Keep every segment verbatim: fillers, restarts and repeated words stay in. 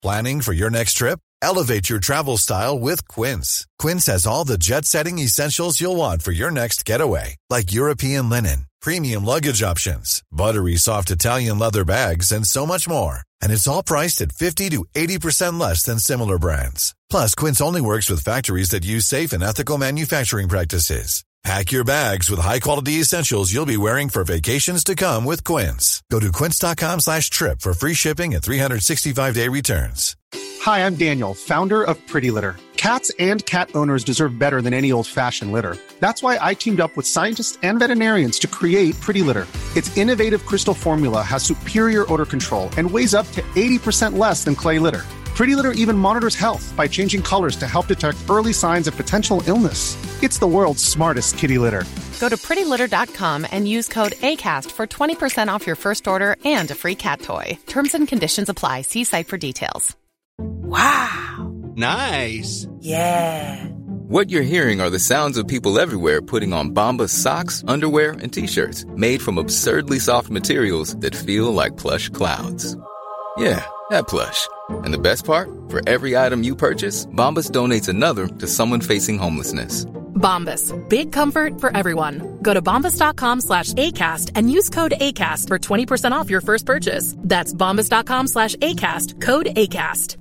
Planning for your next trip? Elevate your travel style with Quince. Quince has all the jet-setting essentials you'll want for your next getaway, like European linen, premium luggage options, buttery soft Italian leather bags, and so much more. And it's all priced at fifty to eighty percent less than similar brands. Plus, Quince only works with factories that use safe and ethical manufacturing practices. Pack your bags with high-quality essentials you'll be wearing for vacations to come with Quince. Go to quince.com slash trip for free shipping and three sixty-five day returns. Hi, I'm Daniel, founder of Pretty Litter. Cats and cat owners deserve better than any old-fashioned litter. That's why I teamed up with scientists and veterinarians to create Pretty Litter. Its innovative crystal formula has superior odor control and weighs up to eighty percent less than clay litter. Pretty Litter even monitors health by changing colors to help detect early signs of potential illness. It's the world's smartest kitty litter. Go to pretty litter dot com and use code ACAST for twenty percent off your first order and a free cat toy. Terms and conditions apply. See site for details. Wow. Nice. Yeah. What you're hearing are the sounds of people everywhere putting on Bombas socks, underwear, and T-shirts made from absurdly soft materials that feel like plush clouds. Yeah, that plush. And the best part? For every item you purchase, Bombas donates another to someone facing homelessness. Bombas. Big comfort for everyone. Go to bombas.com slash ACAST and use code ACAST for twenty percent off your first purchase. That's bombas.com slash ACAST. Code ACAST.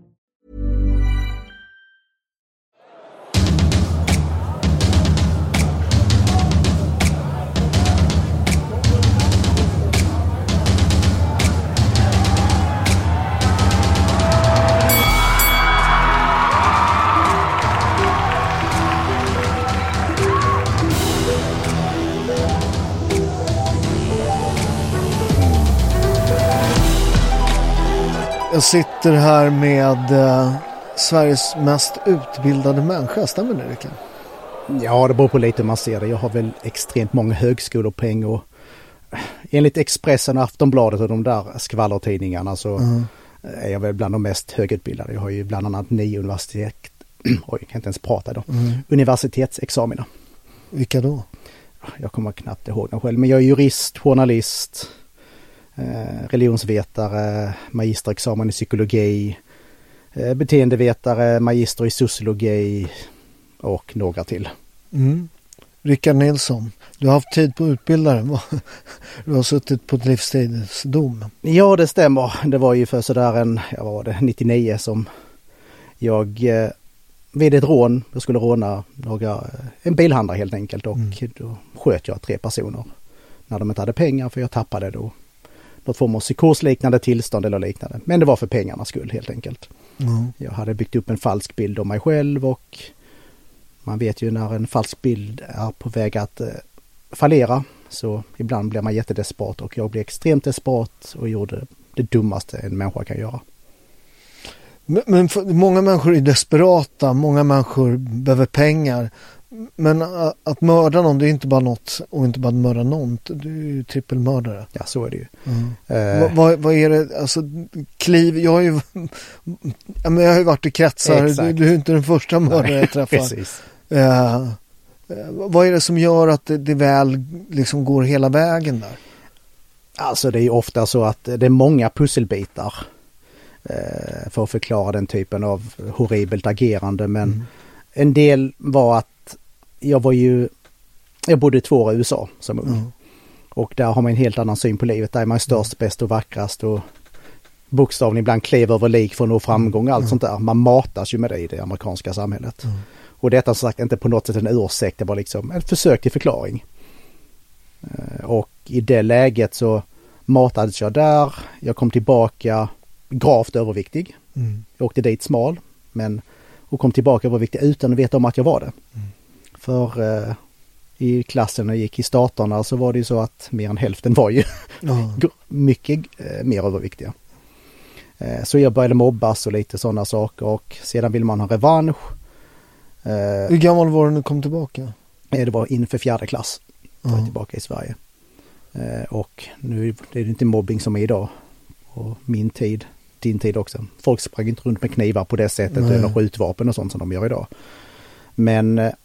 Jag sitter här med uh, Sveriges mest utbildade människa, stämmer det, Rickard? Ja, det beror på lite hur man ser det. Jag har väl extremt många högskolepoäng och enligt Expressen och Aftonbladet och de där skvallertidningarna så mm. är jag väl bland de mest högutbildade. Jag har ju bland annat nio universitet, oj, jag kan inte ens prata då, mm. universitetsexamina. Vilka då? Jag kommer knappt ihåg dem själv, men jag är jurist, journalist, Eh, religionsvetare, magisterexamen i psykologi, eh, beteendevetare, magister i sociologi och några till. Mm. Rickard Nilsson, du har haft tid på utbildaren. Du har suttit på ett livstidsdom. Ja, det stämmer. Det var ju för sådär en, jag var det, nittionio som jag eh, vid ett rån, jag skulle råna några, en bilhandlare helt enkelt och mm. då sköt jag tre personer när de inte hade pengar för jag tappade då något form av psykosliknande tillstånd eller liknande. Men det var för pengarnas skull helt enkelt. Mm. Jag hade byggt upp en falsk bild om mig själv och man vet ju när en falsk bild är på väg att eh, fallera så ibland blir man jättedesperat och jag blev extremt desperat och gjorde det dummaste en människa kan göra. Men, men för, många människor är desperata, många människor behöver pengar. Men att, att mörda någon, det är inte bara något och inte bara att mörda någon, det är ju trippelmördare. Ja, så är det ju. Mm. Uh, vad, vad, vad är det, alltså kliv, jag har ju jag har ju varit i kretsar, du, du är inte den första mördare jag träffar. Precis. Uh, uh, vad är det som gör att det, det väl liksom går hela vägen där? Alltså det är ju ofta så att det är många pusselbitar uh, för att förklara den typen av horribelt agerande, men mm. en del var att jag var ju, jag bodde i två år i U S A som ung. Mm. Och där har man en helt annan syn på livet. Där är man störst, mm. bäst och vackrast och bokstavligen ibland klev över lik för att nå framgång och allt mm. sånt där. Man matas ju med det i det amerikanska samhället. Mm. Och detta som sagt inte på något sätt en ursäkt, det var liksom ett försök till förklaring. Och i det läget så matades jag där. Jag kom tillbaka gravt överviktig. Mm. Jag åkte dit smal, men och kom tillbaka överviktig utan att veta om att jag var det. Mm. För eh, i klassen när jag gick i staterna så var det ju så att mer än hälften var ju mm. mycket eh, mer överviktiga. Eh, så jag började mobbas och lite sådana saker och sedan vill man ha revansch. Eh, Hur gammal var du när du kom tillbaka? Eh, det var inför fjärde klass. Då var jag tillbaka i Sverige. Eh, och nu är det inte mobbing som är idag. Och min tid, din tid också. Folk sprang inte runt med knivar på det sättet Nej. eller skjutvapen och sånt som de gör idag. Men eh,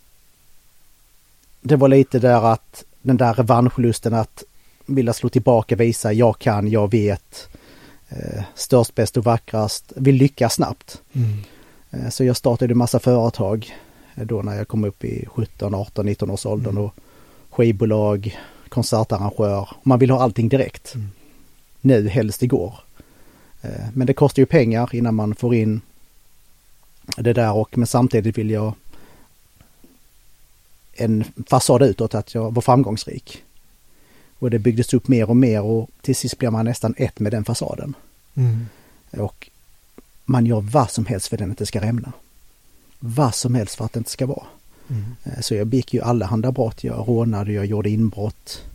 det var lite där att den där revanschlusten att vilja slå tillbaka, visa jag kan, jag vet. eh, störst, bäst och vackrast, vill lyckas snabbt. Mm. Eh, så jag startade en massa företag eh, då när jag kom upp i sjutton, arton, nitton års åldern Mm. och skivbolag, konsertarrangör. Man vill ha allting direkt. Mm. Nu, helst igår. Eh, men det kostar ju pengar innan man får in det där, och men samtidigt vill jag en fasad utåt att jag var framgångsrik. Och det byggdes upp mer och mer och till sist blev man nästan ett med den fasaden. Mm. Och man gör vad som helst för att den inte ska rämna. Vad som helst för att det inte ska vara. Mm. Så jag begick ju alla handa brott. Jag rånade, jag gjorde inbrott.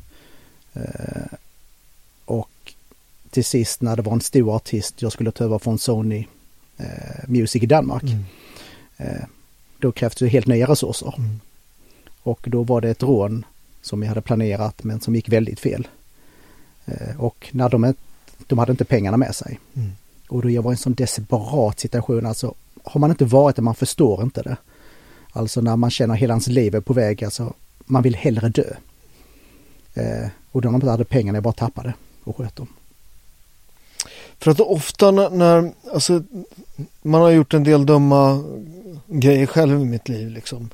Och till sist när det var en stor artist jag skulle ta över från Sony Music i Danmark. Mm. Då krävs det helt nya resurser. Mm. Och då var det ett rån som jag hade planerat men som gick väldigt fel. Och när de, de hade inte pengarna med sig. Mm. Och då jag var i en sån desperat situation. Alltså har man inte varit det, man förstår inte det. Alltså när man känner hela ens liv är på väg, alltså man vill hellre dö. Eh, och då när man inte hade pengarna, jag bara tappade och sköt dem. För att ofta när, när alltså, man har gjort en del dumma grejer själv i mitt liv liksom.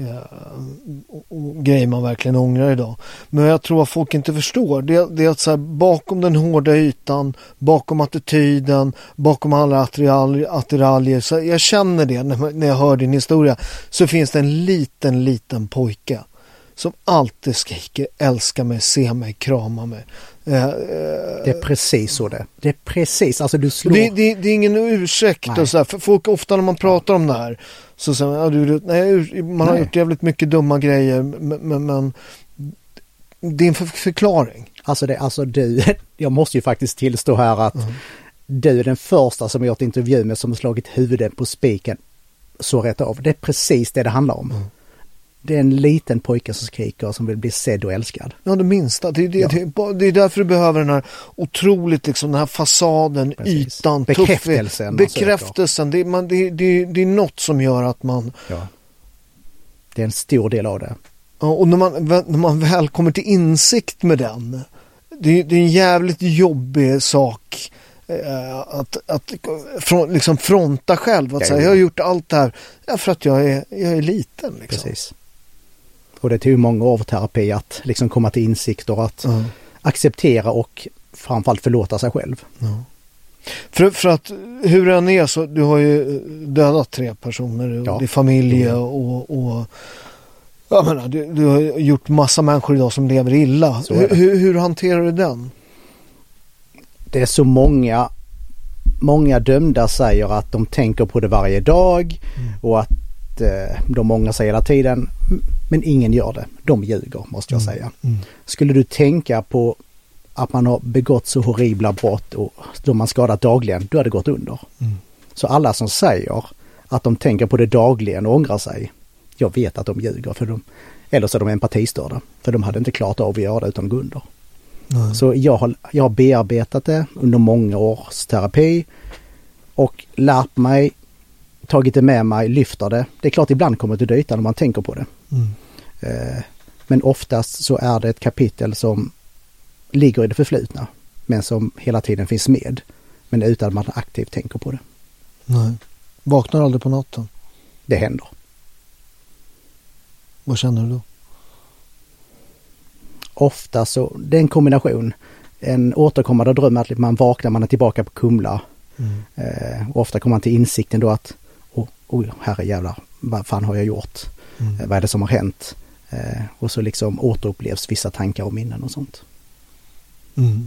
Och, och grejer man verkligen ångrar idag. Men jag tror att folk inte förstår det, det är att så här, bakom den hårda ytan, bakom attityden, bakom alla attiraljer, så jag känner det när, när jag hör din historia, så finns det en liten liten pojke som alltid skriker älska mig, se mig, krama mig. Eh, det är precis så det. Det är precis, alltså du slår. Det, det, det är ingen ursäkt och så här, för folk ofta när man pratar om det här så säger man, ja, du, nej, man har nej. gjort jävligt mycket dumma grejer, men, men, men det är en för, förklaring. Alltså, det, alltså du, jag måste ju faktiskt tillstå här att mm. du är den första som jag gjort intervju med som har slagit huvudet på spiken så rätt av. Det är precis det det handlar om. Mm. Det är en liten pojke som skriker som vill bli sedd och älskad. Ja, det minsta. Det är, det, ja. det, det är därför du behöver den här otroligt, liksom, den här fasaden, precis. Ytan, bekräftelsen. Tuff, bekräftelsen. Det, man, det, det, det är något som gör att man... Ja. Det är en stor del av det. Ja, och när man, när man väl kommer till insikt med den, det, det är en jävligt jobbig sak att, att från, liksom fronta själv. Att säga, jag har gjort allt det här ja, för att jag är, jag är liten. Liksom. Precis. Och det tog många år av terapi att liksom komma till insikt och att mm. acceptera och framförallt förlåta sig själv. Mm. För, för att hur den är så, du har ju dödat tre personer, ja. Det är familj och, och jag menar, du, du har gjort massa människor idag som lever illa. Hur, hur, hur hanterar du den? Det är så många många dömda säger att de tänker på det varje dag mm. och att eh, de ångrar sig hela tiden, men ingen gör det. De ljuger, måste jag mm. säga. Mm. Skulle du tänka på att man har begått så horribla brott och då man skadat dagligen, då hade det gått under. Mm. Så alla som säger att de tänker på det dagligen och ångrar sig, jag vet att de ljuger, för de, eller så är de empatistörda, för de hade inte klart av att göra det utan gå under. Mm. Så jag har, jag har bearbetat det under många års terapi och lärt mig, tagit det med mig, lyfter det. Det är klart ibland kommer det till ytan när man tänker på det. Mm. Eh, men oftast så är det ett kapitel som ligger i det förflutna, men som hela tiden finns med, men utan att man aktivt tänker på det. Nej. Vaknar aldrig på natten? Det händer. Vad känner du då? Ofta så, det är en kombination. En återkommande dröm att man vaknar, man är tillbaka på Kumla. Mm. Eh, och ofta kommer man till insikten då att oh, oh, herrejävlar, vad fan har jag gjort? Mm. Eh, vad är det som har hänt? Eh, och så liksom återupplevs vissa tankar och minnen och sånt. Mm.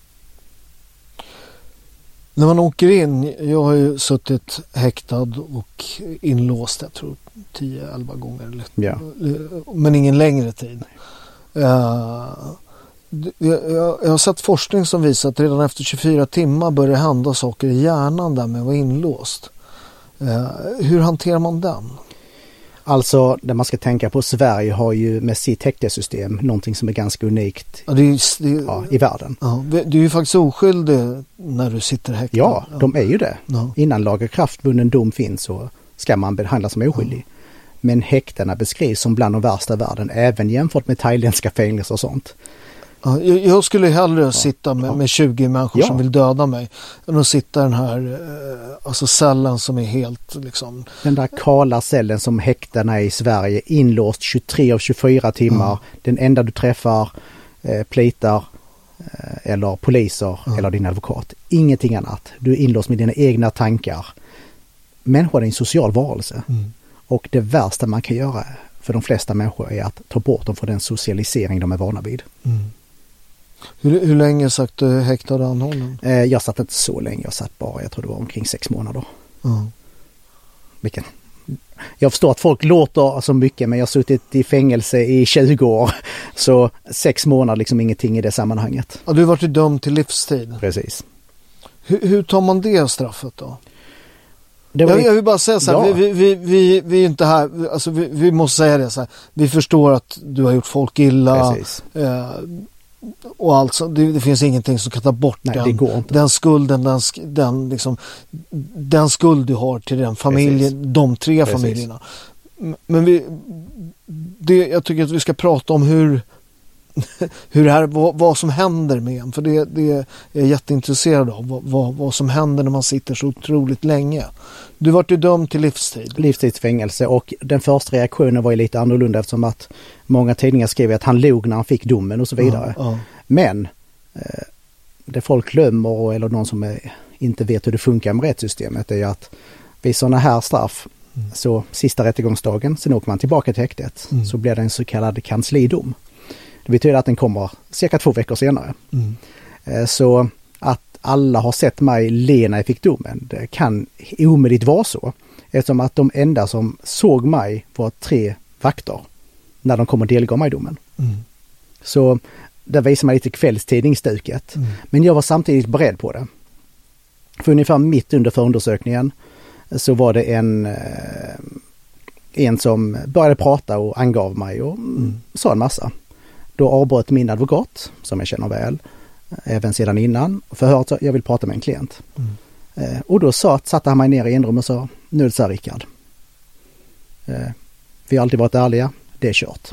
När man åker in, jag har ju suttit häktad och inlåst, jag tror tio elva gånger. Ja. Men ingen längre tid. Uh, jag, jag, jag har sett forskning som visar att redan efter tjugofyra timmar börjar hända saker i hjärnan där med att vara inlåst. Uh, hur hanterar man den? Alltså, det man ska tänka på, Sverige har ju med sitt häktesystem någonting som är ganska unikt ja, det är, det, ja, i världen. Ja, du är ju faktiskt oskyldig när du sitter häktad. Ja, ja. De är ju det. Ja. Innan lagakraftvunnen dom finns så ska man behandlas som oskyldig. Ja. Men häktena beskrivs som bland de värsta i världen, även jämfört med thailändska fängelser och sånt. Ja, jag, jag skulle hellre ja. sitta med, med tjugo människor ja. som vill döda mig än att sitta i den här eh, alltså cellen som är helt liksom... Den där kala cellen som häktarna i Sverige, inlåst tjugotre av tjugofyra timmar. Ja. Den enda du träffar eh, plitar eh, eller poliser ja. eller din advokat. Ingenting annat. Du är inlåst med dina egna tankar. Människan är en social varelse. Mm. Och det värsta man kan göra för de flesta människor är att ta bort dem från den socialisering de är vana vid. Mm. Hur, hur länge satt du häktad och anhållen? Eh, jag satt inte så länge. Jag satt bara, jag tror det var omkring sex månader. Mm. Vilken? Jag förstår att folk låter så mycket, men jag har suttit i fängelse i tjugo år. Så sex månader liksom ingenting i det sammanhanget. Ja, du har varit dömd till livstid. Precis. Hur, hur tar man det straffet då? Det var jag, jag vill bara säga så här, ja. vi, vi, vi, vi är inte här, alltså vi, vi måste säga det så här. Vi förstår att du har gjort folk illa. Precis. Eh, och alltså, det, det finns ingenting som kan ta bort Nej, den, det går inte. den skulden, den, den, liksom, den skuld du har till den familjen, de tre Precis. familjerna. Men vi, det, jag tycker att vi ska prata om hur, hur det här, vad, vad som händer med en. För det, det är jag jätteintresserad av. Vad, vad, vad som händer när man sitter så otroligt länge. Du vart ju dömd till livstid. Livstidsfängelse, och den första reaktionen var ju lite annorlunda eftersom att många tidningar skrev att han log när han fick domen och så vidare. Ja, ja. Men eh, det folk glömmer, eller någon som är, inte vet hur det funkar med rättssystemet, är ju att vid sådana här straff mm. så sista rättegångsdagen, sen åker man tillbaka till häktet mm. så blir det en så kallad kanslidom. Det betyder att den kommer cirka två veckor senare. Mm. Eh, så att alla har sett mig le när jag fick domen, det kan omöjligt vara så. Eftersom att de enda som såg mig var tre vakter när de kom och delgav mig domen. Mm. Så där visar man lite kvällstidningsstuket. Mm. Men jag var samtidigt beredd på det. För ungefär mitt under förundersökningen så var det en, en som började prata och angav mig och mm. sa en massa. Då avbröt min advokat, som jag känner väl, även sedan innan, förhört att jag vill prata med en klient. Mm. Eh, och då sa, satte han mig ner i en rum och sa, nu är det så här, Rickard. Eh, vi har alltid varit ärliga, det är kört.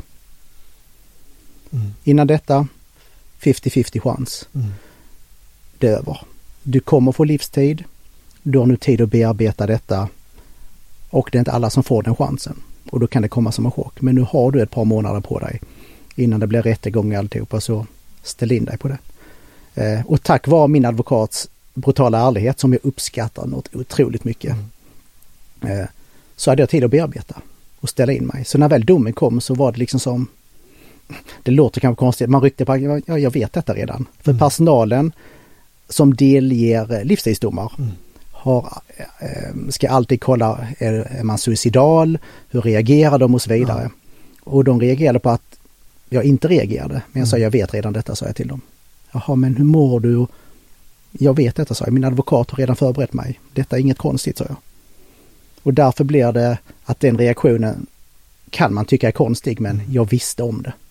Mm. Innan detta, femtio femtio chans. Mm. Det är över. Du kommer få livstid, du har nu tid att bearbeta detta, och det är inte alla som får den chansen. Och då kan det komma som en chock. Men nu har du ett par månader på dig innan det blir rättegång och alltihopa, så ställ in dig på det. Eh, och tack vare min advokats brutala ärlighet, som jag uppskattar något otroligt mycket, mm. eh, så hade jag tid att bearbeta och ställa in mig. Så när väl domen kom så var det liksom som, det låter kanske konstigt, man ryckte på, ja, jag vet detta redan. För mm. personalen som delger livstidsdomar mm. har, eh, ska alltid kolla, är, är man suicidal, hur reagerar de och så vidare. Ja. Och de reagerade på att jag inte reagerade. Men jag mm. sa, jag vet redan detta, sa jag till dem. Jaha, men hur mår du? Jag vet detta, sa jag. Min advokat har redan förberett mig. Detta är inget konstigt, sa jag. Och därför blir det att den reaktionen kan man tycka är konstig, men jag visste om det.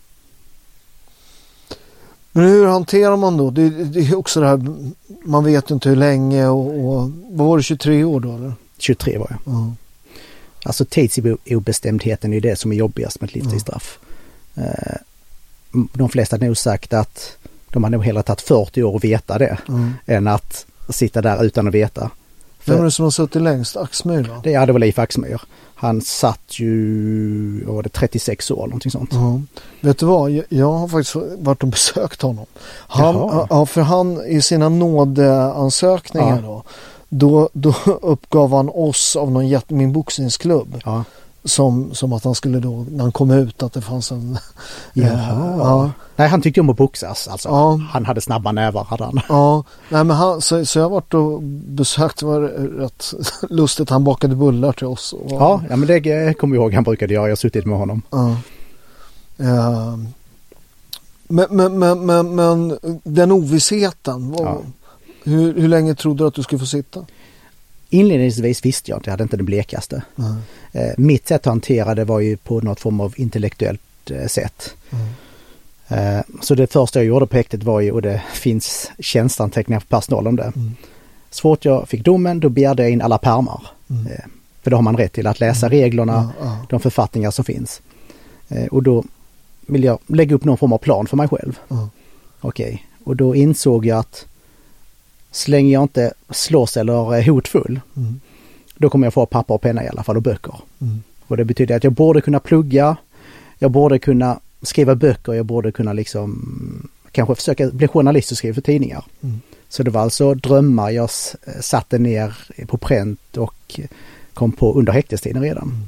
Men hur hanterar man då? Det, det är också det här, man vet inte hur länge och, och vad var det, tjugotre år då? Eller? tjugotre var jag. Mm. Alltså tidsobestämdheten är det som är jobbigast med ett livstidsstraff. Mm. De flesta har nog sagt att de har nog hela tagit fyrtio år att veta det mm. än att sitta där utan att veta. Vem är det som har suttit längst? Axmyr då? Det, ja, det var Leif Axmyr. Han satt ju, var det trettiosex år, någonting sånt. Mm. Vet du vad? Jag, jag har faktiskt varit och besökt honom. Han, ja, för han i sina nådeansökningar ja. då, då, då uppgav han oss av någon jätte, min boxningsklubb. Ja. Som, som att han skulle då, när han kom ut, att det fanns en... Jaha. Ja. Nej, han tyckte om att boxas. Alltså. Ja. Han hade snabba nävar, hade han. Ja, nej, men han, så, så jag har varit och besökt, det var rätt lustigt. Han bakade bullar till oss. Och, ja, ja, men det kommer jag ihåg, han brukade göra. Jag har suttit med honom. Ja. Ja. Men, men, men, men, men den ovissheten, vad, ja. hur, hur länge trodde du att du skulle få sitta? Inledningsvis visste jag inte, jag hade inte det blekaste. Mm. Eh, mitt sätt att hantera det var ju på något form av intellektuellt eh, sätt. Mm. Eh, så det första jag gjorde på häktet var ju, och det finns tjänstanteckningar för personal om det. Mm. Så fort jag fick domen, då begärde jag in alla pärmar. Mm. Eh, för då har man rätt till att läsa mm. reglerna, ja, ja. de författningar som finns. Eh, och då vill jag lägga upp någon form av plan för mig själv. Mm. Okej, okay. Och då insåg jag att slänger jag inte slåss eller är hotfull, mm. då kommer jag få papper och penna i alla fall och böcker. Mm. Och det betyder att jag borde kunna plugga, jag borde kunna skriva böcker, jag borde kunna liksom kanske försöka bli journalist och skriva för tidningar. Mm. Så det var alltså drömmar jag satte ner på pränt och kom på under häktestiden redan.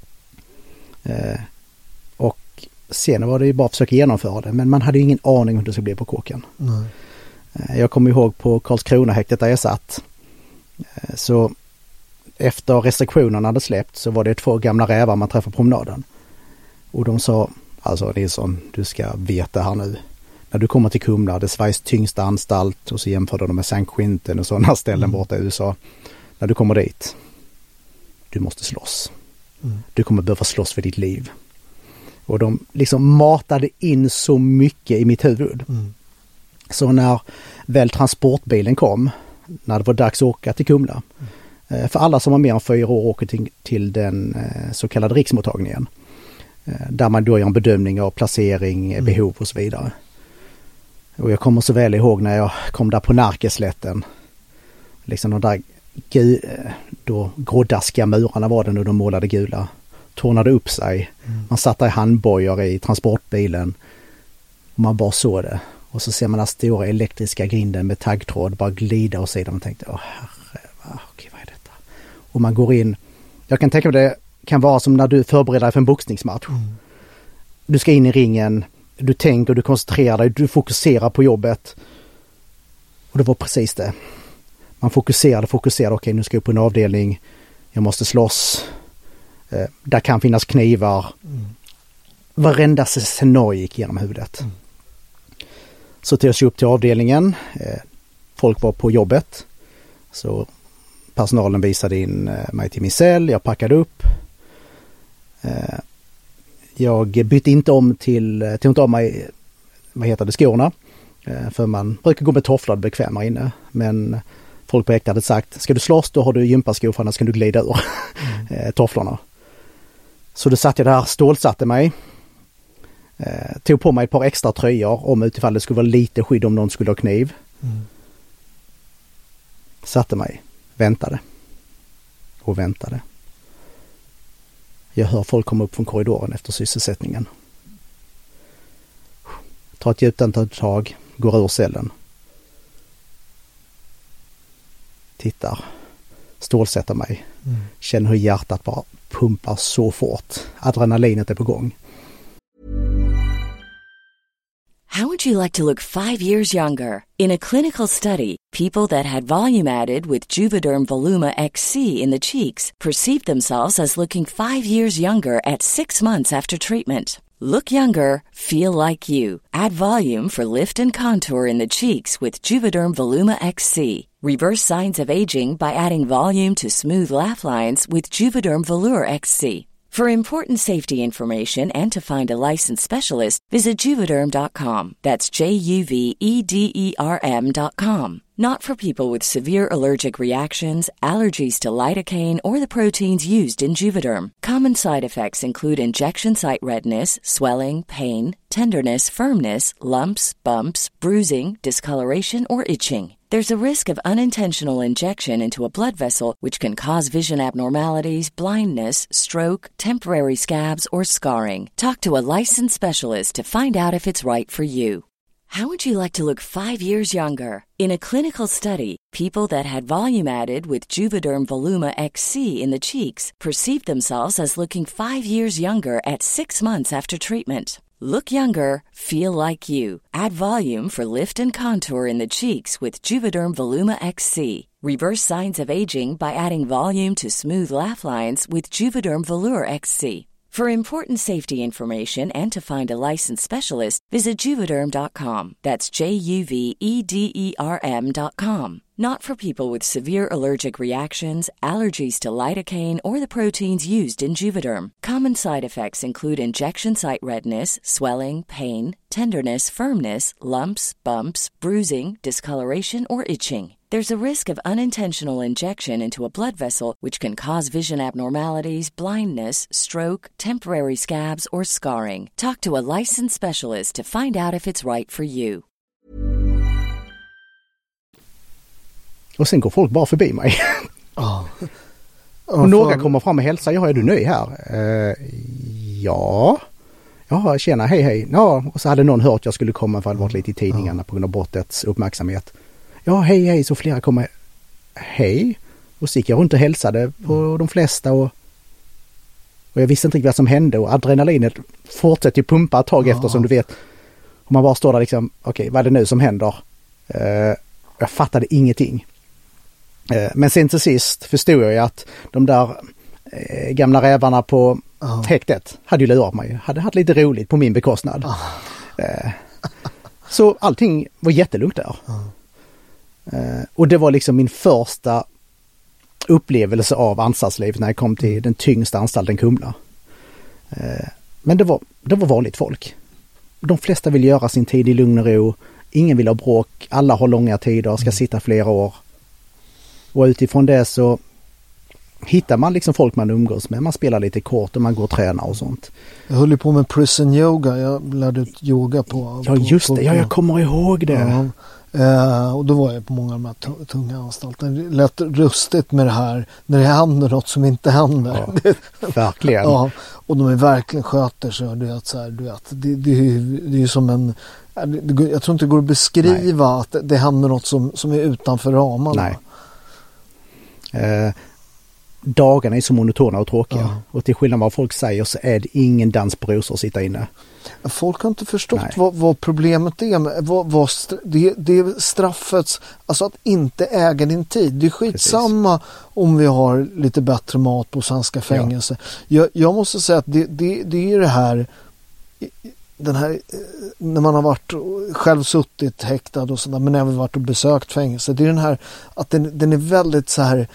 Mm. Eh, och sen var det ju bara att försöka genomföra det, men man hade ju ingen aning om hur det skulle bli på kåken. Mm. Eh, jag kommer ihåg på Karlskrona-häktet där jag satt. Eh, så efter restriktionerna hade släppt så var det två gamla rävar man träffade på promenaden. Och de sa, alltså Nilsson, du ska veta här nu. När du kommer till Kumla, det är Sveriges tyngsta anstalt, och så jämförde de med San Quentin och sådana ställen mm. borta i U S A. När du kommer dit, du måste slåss. Mm. Du kommer behöva slåss för ditt liv. Och de liksom matade in så mycket i mitt huvud. Mm. Så när väl transportbilen kom, när det var dags att åka till Kumla, mm. för alla som var mer än fyra år åker till, till den så kallade riksmottagningen. Där man då gör en bedömning av placering, mm. behov och så vidare. Och jag kommer så väl ihåg när jag kom där på Närkeslätten. Liksom de där gu, då grådaskiga murarna var det nu, de målade gula. Tornade upp sig. Mm. Man satt där i handbojor i transportbilen. Och man bara såg det. Och så ser man den stora elektriska grinden med taggtråd bara glida och sidan. Man tänkte, åh herre, va, okej, vad är detta? Och man går in. Jag kan tänka mig det kan vara som när du förbereder dig för en boxningsmatch. Mm. Du ska in i ringen. Du tänker, du koncentrerar dig, du fokuserar på jobbet. Och det var precis det. Man fokuserade, fokuserade. Okej, nu ska jag upp på en avdelning. Jag måste slåss. Eh, där kan finnas knivar. Mm. Varenda scenario gick genom huvudet. Mm. Så till jag upp till avdelningen. Eh, folk var på jobbet. Så personalen visade in eh, mig till min cell. Jag packade upp. Eh, Jag bytte inte om till, tog inte av mig, vad heter det, skorna. För man brukar gå med tofflor bekvämare inne. Men folk på häktet hade sagt, ska du slåss då har du gympaskor, för annars kan du glida ur mm. tofflorna. Så då satt jag där, stålsatte mig. Tog på mig ett par extra tröjor om utifall det skulle vara lite skydd om någon skulle ha kniv. Mm. Satte mig, väntade. Och väntade. Jag hör folk komma upp från korridoren efter sysselsättningen. Tar ett djupt andetag, går ur cellen. Tittar. Stålsätter mig. Mm. Känner hur hjärtat bara pumpar så fort. Adrenalinet är på gång. How would you like to look five years younger? In a clinical study, people that had volume added with Juvederm Voluma X C in the cheeks perceived themselves as looking five years younger at six months after treatment. Look younger, feel like you. Add volume for lift and contour in the cheeks with Juvederm Voluma X C. Reverse signs of aging by adding volume to smooth laugh lines with Juvederm Volure X C. For important safety information and to find a licensed specialist, visit Juvederm dot com. That's J U V E D E R M dot com. Not for people with severe allergic reactions, allergies to lidocaine, or the proteins used in Juvederm. Common side effects include injection site redness, swelling, pain, tenderness, firmness, lumps, bumps, bruising, discoloration, or itching. There's a risk of unintentional injection into a blood vessel, which can cause vision abnormalities, blindness, stroke, temporary scabs, or scarring. Talk to a licensed specialist to find out if it's right for you. How would you like to look five years younger? In a clinical study, people that had volume added with Juvederm Voluma X C in the cheeks perceived themselves as looking five years younger at six months after treatment. Look younger, feel like you. Add volume for lift and contour in the cheeks with Juvederm Voluma X C. Reverse signs of aging by adding volume to smooth laugh lines with Juvederm Volure X C. For important safety information and to find a licensed specialist, visit Juvederm dot com. That's J U V E D E R M dot com. Not for people with severe allergic reactions, allergies to lidocaine, or the proteins used in Juvederm. Common side effects include injection site redness, swelling, pain, tenderness, firmness, lumps, bumps, bruising, discoloration, or itching. There's a risk of unintentional injection into a blood vessel, which can cause vision abnormalities, blindness, stroke, temporary scabs, or scarring. Talk to a licensed specialist to find out if it's right for you. Och sen går folk bara förbi mig. Ja. Och, och några kommer fram och hälsar. Ja, är du ny här? Uh, ja. Ja, tjena, hej hej. Ja, och så hade någon hört att jag skulle komma för att det varit lite i tidningarna på grund av brottets uppmärksamhet. Ja, hej hej, så flera kommer. Hej. Och så gick jag runt och hälsade på mm. de flesta och, och jag visste inte riktigt vad som hände och adrenalinet fortsätter ju pumpa ett tag ja. efter som du vet. Och man bara står där liksom, okej, okay, vad är det nu som händer? Uh, jag fattade ingenting. Uh, men sen till sist förstod jag ju att de där uh, gamla rävarna på uh. häktet hade ju lurat mig. Hade haft lite roligt på min bekostnad. Uh. Uh, så allting var jättelugnt där. Uh. Uh, och det var liksom min första upplevelse av anstaltslivet när jag kom till den tyngsta anstalten Kumla. Uh, men det var, det var vanligt folk. De flesta vill göra sin tid i lugn och ro. Ingen vill ha bråk. Alla har långa tider och ska sitta flera år. Och utifrån det så hittar man liksom folk man umgås med. Man spelar lite kort och man går och tränar och sånt. Jag höll ju på med prison yoga. Jag lärde ut yoga på... Ja, just det. Ja, jag kommer ihåg det. Ja. Uh, och då var jag på många av de här t- tunga anstalterna. Det lät rustigt med det här när det händer något som inte händer. Ja, verkligen. Ja, och de är verkligen sköter sig. Du vet, så här, du vet, det, det, är ju, det är ju som en... Jag tror inte det går att beskriva Nej. att det, det händer något som, som är utanför ramarna. Nej. Uh, dagarna är så monotona och tråkiga. Ja. Och till skillnad vad folk säger så är det ingen dans på rosor att sitta inne. Folk har inte förstått vad, vad problemet är. Med, vad, vad, det, det är straffets, alltså att inte äga din tid. Det är skitsamma Precis. om vi har lite bättre mat på svenska fängelser. Ja. Jag, jag måste säga att det, det, det är det här, den här, när man har varit själv suttit häktad och sådär, men även varit och besökt fängelse. Det är den här, att den, den är väldigt så här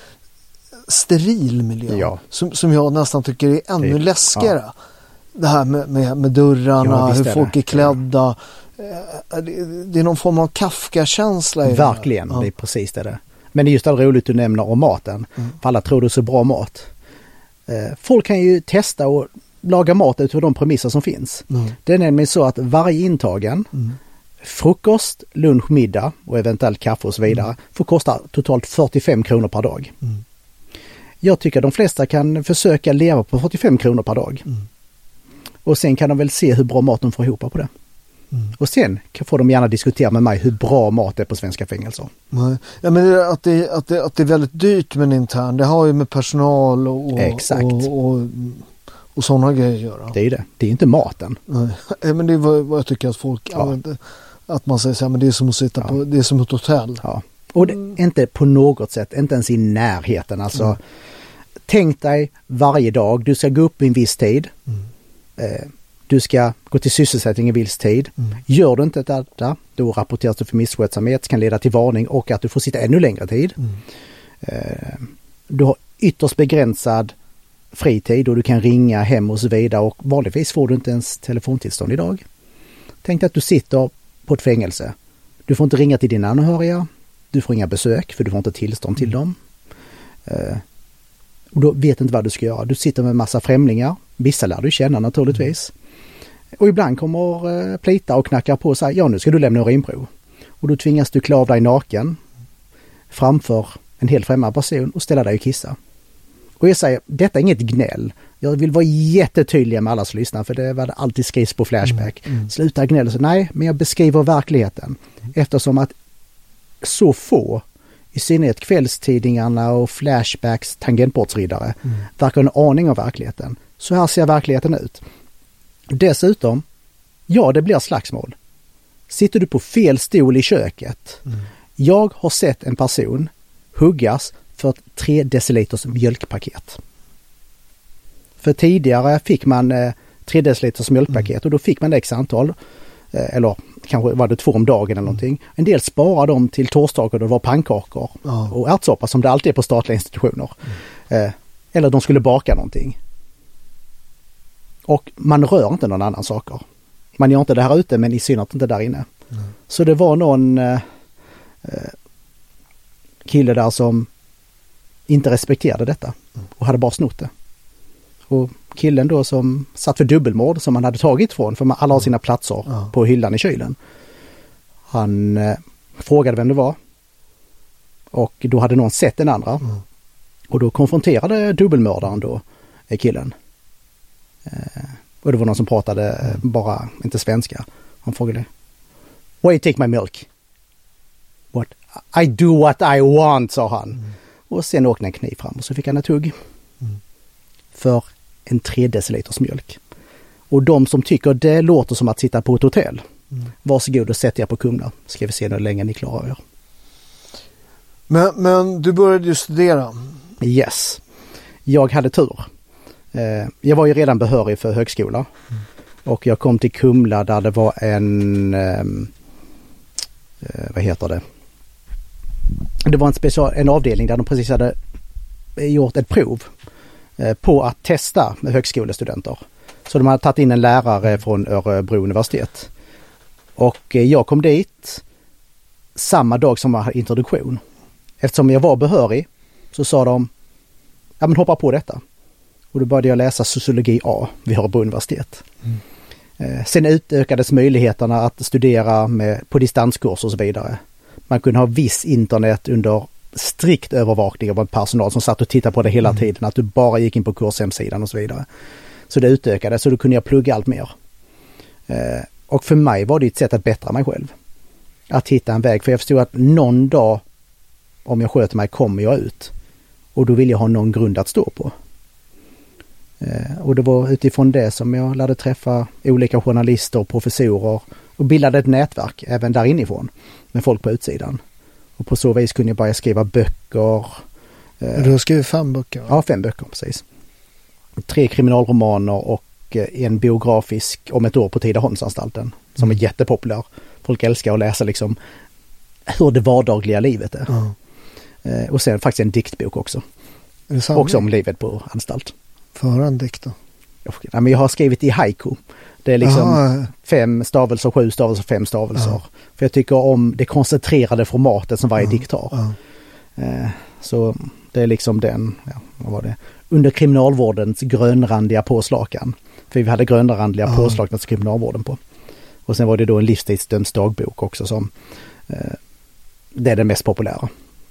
steril miljö. Ja. Som, som jag nästan tycker är ännu det, läskigare. Ja. Det här med, med, med dörrarna, ja, hur är folk är klädda. Ja. Det, det är någon form av Kafka-känsla i Verkligen, det, ja. det är precis det där. Men det är just det roligt du nämner om maten. Mm. För alla tror det är så bra mat. Eh, folk kan ju testa och laga mat utifrån de premisser som finns. Mm. Det är nämligen så att varje intagen, mm. frukost, lunch, middag och eventuellt kaffe och så vidare mm. får kosta totalt fyrtiofem kronor per dag. Mm. Jag tycker att de flesta kan försöka leva på fyrtiofem kronor per dag. Mm. Och sen kan de väl se hur bra mat de får ihop på det. Mm. Och sen får de gärna diskutera med mig hur bra mat är på svenska fängelser. Nej. Ja, men att det, att, det, att det är väldigt dyrt med en intern, det har ju med personal och, Exakt. och, och, och sådana grejer att göra. Det är det. Det är inte maten. Nej. Ja, men det är vad, vad jag tycker att folk ja. använder, att man säger så här, men det är som att sitta ja. på, det är som ett hotell. Ja. Och det, mm. inte på något sätt, inte ens i närheten. Alltså, mm. tänk dig varje dag, du ska gå upp i en viss tid. Mm. Eh, du ska gå till sysselsättning i viss tid. Mm. Gör du inte detta, då rapporteras du för misskötsamhet, kan leda till varning och att du får sitta ännu längre tid. Mm. Eh, du har ytterst begränsad fritid och du kan ringa hem och så vidare och vanligtvis får du inte ens telefontillstånd idag. Tänk dig att du sitter på ett fängelse. Du får inte ringa till dina anhöriga. Du får inga besök för du får inte tillstånd till dem. Uh, och då vet inte vad du ska göra. Du sitter med en massa främlingar. Vissa lär du känna naturligtvis. Mm. Och ibland kommer uh, plita och knackar på och säger ja nu ska du lämna urinprov. Och då tvingas du klä av dig naken framför en helt främmande person och ställa dig och kissa. Och jag säger, detta är inget gnäll. Jag vill vara jättetydlig med alla som lyssnar för det var det alltid skrivs på Flashback. Mm. Mm. Sluta gnäll. Så, nej, men jag beskriver verkligheten. Mm. Eftersom att så få, i synnerhet kvällstidningarna och Flashbacks tangentbordsriddare, mm. verkar ha en aning om verkligheten. Så här ser verkligheten ut. Dessutom, ja det blir slagsmål. Sitter du på fel stol i köket. Mm. Jag har sett en person huggas för ett tre deciliters mjölkpaket. För tidigare fick man eh, tre deciliters mjölkpaket mm. och då fick man det x antal. Eh, eller kanske var det två om dagen eller någonting. En del sparar dem till torsdagar då det var pannkakor ja. och ärtsoppa som det alltid är på statliga institutioner. Mm. Eh, eller de skulle baka någonting. Och man rör inte någon annan saker. Man gör inte det här ute men i synnerhet inte där inne. Mm. Så det var någon eh, kille där som inte respekterade detta och hade bara snott det. Och killen då som satt för dubbelmord som man hade tagit från för alla har sina platser ja. på hyllan i kylen. Han eh, frågade vem det var. Och då hade någon sett den andra. Mm. Och då konfronterade dubbelmördaren då killen. Eh, och det var någon som pratade mm. bara, inte svenska. Han frågade, why you take my milk? What? I do what I want, sa han. Mm. Och sen åkte en kniv fram och så fick han ett hugg. Mm. För en tre deciliters mjölk. Och de som tycker det låter som att sitta på ett hotell. Mm. Varsågod och sätt er på Kumla. Ska vi se hur länge ni klarar er. Men, men du började ju studera. Yes. Jag hade tur. Eh, jag var ju redan behörig för högskola. Mm. Och jag kom till Kumla där det var en... Eh, vad heter det? Det var en, special, en avdelning där de precis hade gjort ett prov eh, på att testa med högskolestudenter. Så de hade tagit in en lärare från Örebro universitet. Och eh, jag kom dit samma dag som jag hade introduktion. Eftersom jag var behörig så sa de, ja men hoppa på detta. Och då började jag läsa sociologi A vid Örebro universitet. Mm. Eh, sen utökades möjligheterna att studera med, på distanskurs och så vidare. Man kunde ha viss internet under strikt övervakning av en personal som satt och tittade på det hela mm. tiden. Att du bara gick in på kurshemsidan och så vidare. Så det utökades, så då kunde jag plugga allt mer. Eh, och för mig var det ett sätt att bättra mig själv. Att hitta en väg. För jag förstod att någon dag, om jag sköter mig, kommer jag ut. Och då vill jag ha någon grund att stå på. Eh, och det var utifrån det som jag lärde träffa olika journalister och professorer. Och bildade ett nätverk även där inifrån. Med folk på utsidan. Och på så vis kunde jag börja skriva böcker. Du har skrivit fem böcker? Va? Ja, fem böcker, precis. Tre kriminalromaner och en biografisk om ett år på Tidaholmsanstalten. Som mm. är jättepopulär. Folk älskar att läsa liksom hur det vardagliga livet är. Mm. Och sen faktiskt en diktbok också. Är det också om livet på anstalt. Får höra en dikt då? Ja, men jag har skrivit i haiku. Det är liksom Aha. fem stavelser, sju stavelser, fem stavelser. Ja. För jag tycker om det koncentrerade formatet som varje ja. dikt har. Ja. Eh, så det är liksom den, ja, vad var det? Under kriminalvårdens grönrandiga påslakan. För vi hade grönrandiga ja. påslakan till kriminalvården på. Och sen var det då en livstidsdömds dagbok också som eh, det är den mest populära.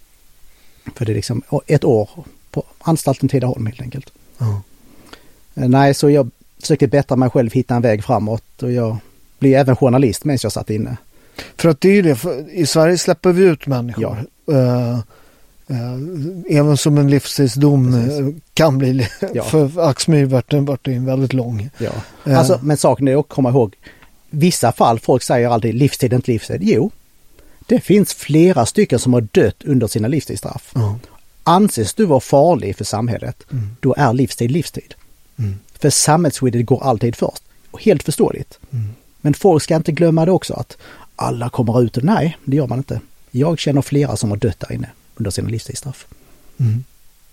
För det är liksom ett år på anstalten Tidaholm helt enkelt. Ja. Eh, nej, så jag försökte bättra mig själv, hitta en väg framåt och jag blev även journalist medan jag satt inne. För att det är ju det, för i Sverige släpper vi ut människor. Ja. Uh, uh, även som en livstidsdom uh, kan bli, ja. för Axmyr vart in väldigt lång. Ja. Uh. Alltså, men saken är att komma ihåg, vissa fall, folk säger alltid livstid, inte livstid. Jo, det finns flera stycken som har dött under sina livstidsstraff. Uh. Anses du vara farlig för samhället, mm. då är livstid livstid. Mm. För samhällsskyddet går alltid först. Och helt förståeligt. Mm. Men folk ska inte glömma det också att alla kommer ut. Nej, det gör man inte. Jag känner flera som har dött där inne under sina livstidsstraff. Mm.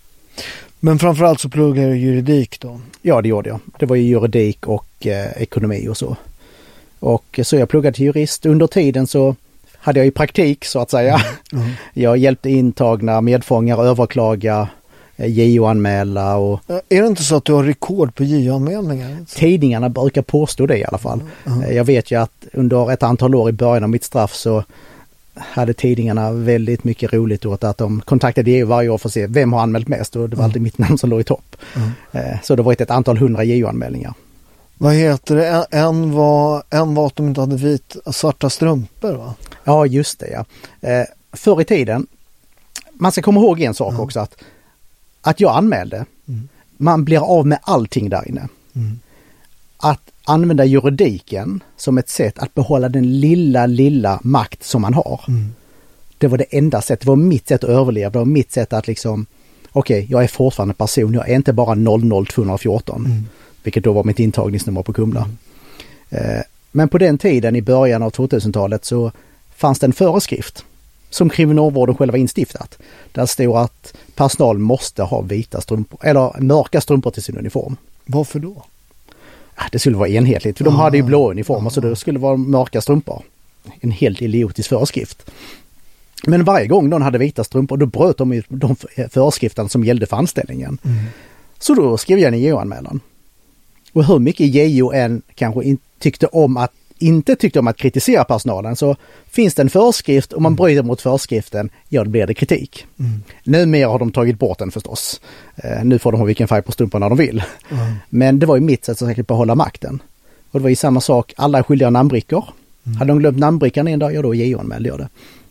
Men framförallt så pluggade jag juridik då? Ja, det gjorde jag. Det var ju juridik och eh, ekonomi och så. Och så jag pluggade till jurist. Under tiden så hade jag ju praktik så att säga. Mm. Mm. Jag hjälpte intagna, medfångare, överklaga, J O-anmäla och... Är det inte så att du har rekord på J O-anmälningar? Tidningarna brukar påstå det i alla fall. Mm. Jag vet ju att under ett antal år i början av mitt straff så hade tidningarna väldigt mycket roligt åt att de kontaktade J O varje år för att se vem har anmält mest och det var mm. alltid mitt namn som låg i topp. Mm. Så det var ett antal hundra J O-anmälningar. Vad heter det? En var, en var att de inte hade vit, svarta strumpor, va? Ja, just det, ja. Förr i tiden, man ska komma ihåg en sak mm. också att Att jag anmälde, mm. man blir av med allting där inne. Mm. Att använda juridiken som ett sätt att behålla den lilla, lilla makt som man har. Mm. Det var det enda sättet, det var mitt sätt att överleva, det var mitt sätt att liksom, okej, okay, jag är fortfarande person, jag är inte bara noll noll två ett fyra, mm. vilket då var mitt intagningsnummer på Kumla. Mm. Eh, men på den tiden, i början av tvåtusentalet, så fanns det en föreskrift som kriminalvården själva instiftat. Där stod att personal måste ha vita strumpor, eller mörka strumpor till sin uniform. Varför då? Det skulle vara enhetligt, för de ah, hade ju blå uniformer ah. så det skulle vara mörka strumpor. En helt idiotisk föreskrift. Men varje gång någon hade vita strumpor, då bröt de ju de föreskrifterna som gällde för anställningen. Mm. Så då skrev jag en J O-anmälan. Och hur mycket J O än kanske inte tyckte om att inte tyckte om att kritisera personalen, så finns det en föreskrift och man bryter mot föreskriften, ja då blir det kritik. Mm. Numera har de tagit bort den förstås. Eh, nu får de ha vilken färg på strumpan när de vill. Mm. Men det var ju mitt sätt att säkert behålla makten. Och det var ju samma sak, alla är skyldiga namnbrickor. Mm. Hade de glömt namnbrickan en dag, ja då J O-anmälde jag det.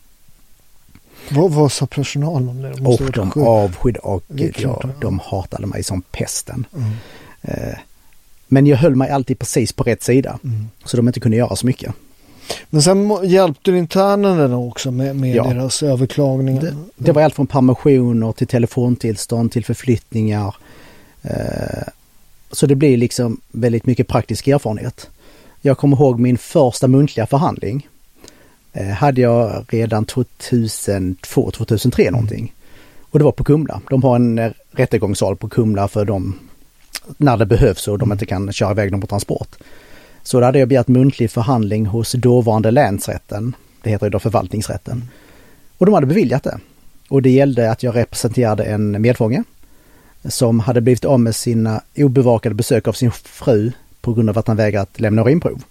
Vad, vad sa personalen om det? De och de avskydde, och gud, ja, de hatade mig som pesten. Mm. Eh, Men jag höll mig alltid precis på rätt sida. Mm. Så de inte kunde göra så mycket. Men sen hjälpte internerna också med, med ja. deras överklagningar? Det, det var allt från permissioner till telefontillstånd till förflyttningar. Eh, så det blir liksom väldigt mycket praktisk erfarenhet. Jag kommer ihåg min första muntliga förhandling. Eh, hade jag redan tjugohundratvå tjugohundratre mm. någonting. Och det var på Kumla. De har en rättegångssal på Kumla för de när det behövs och de inte kan köra iväg dem på transport. Så då hade jag begärt muntlig förhandling hos dåvarande länsrätten. Det heter ju då förvaltningsrätten. Mm. Och de hade beviljat det. Och det gällde att jag representerade en medfånge som hade blivit av med sina obevakade besök av sin fru på grund av att han vägrat lämna urinprov.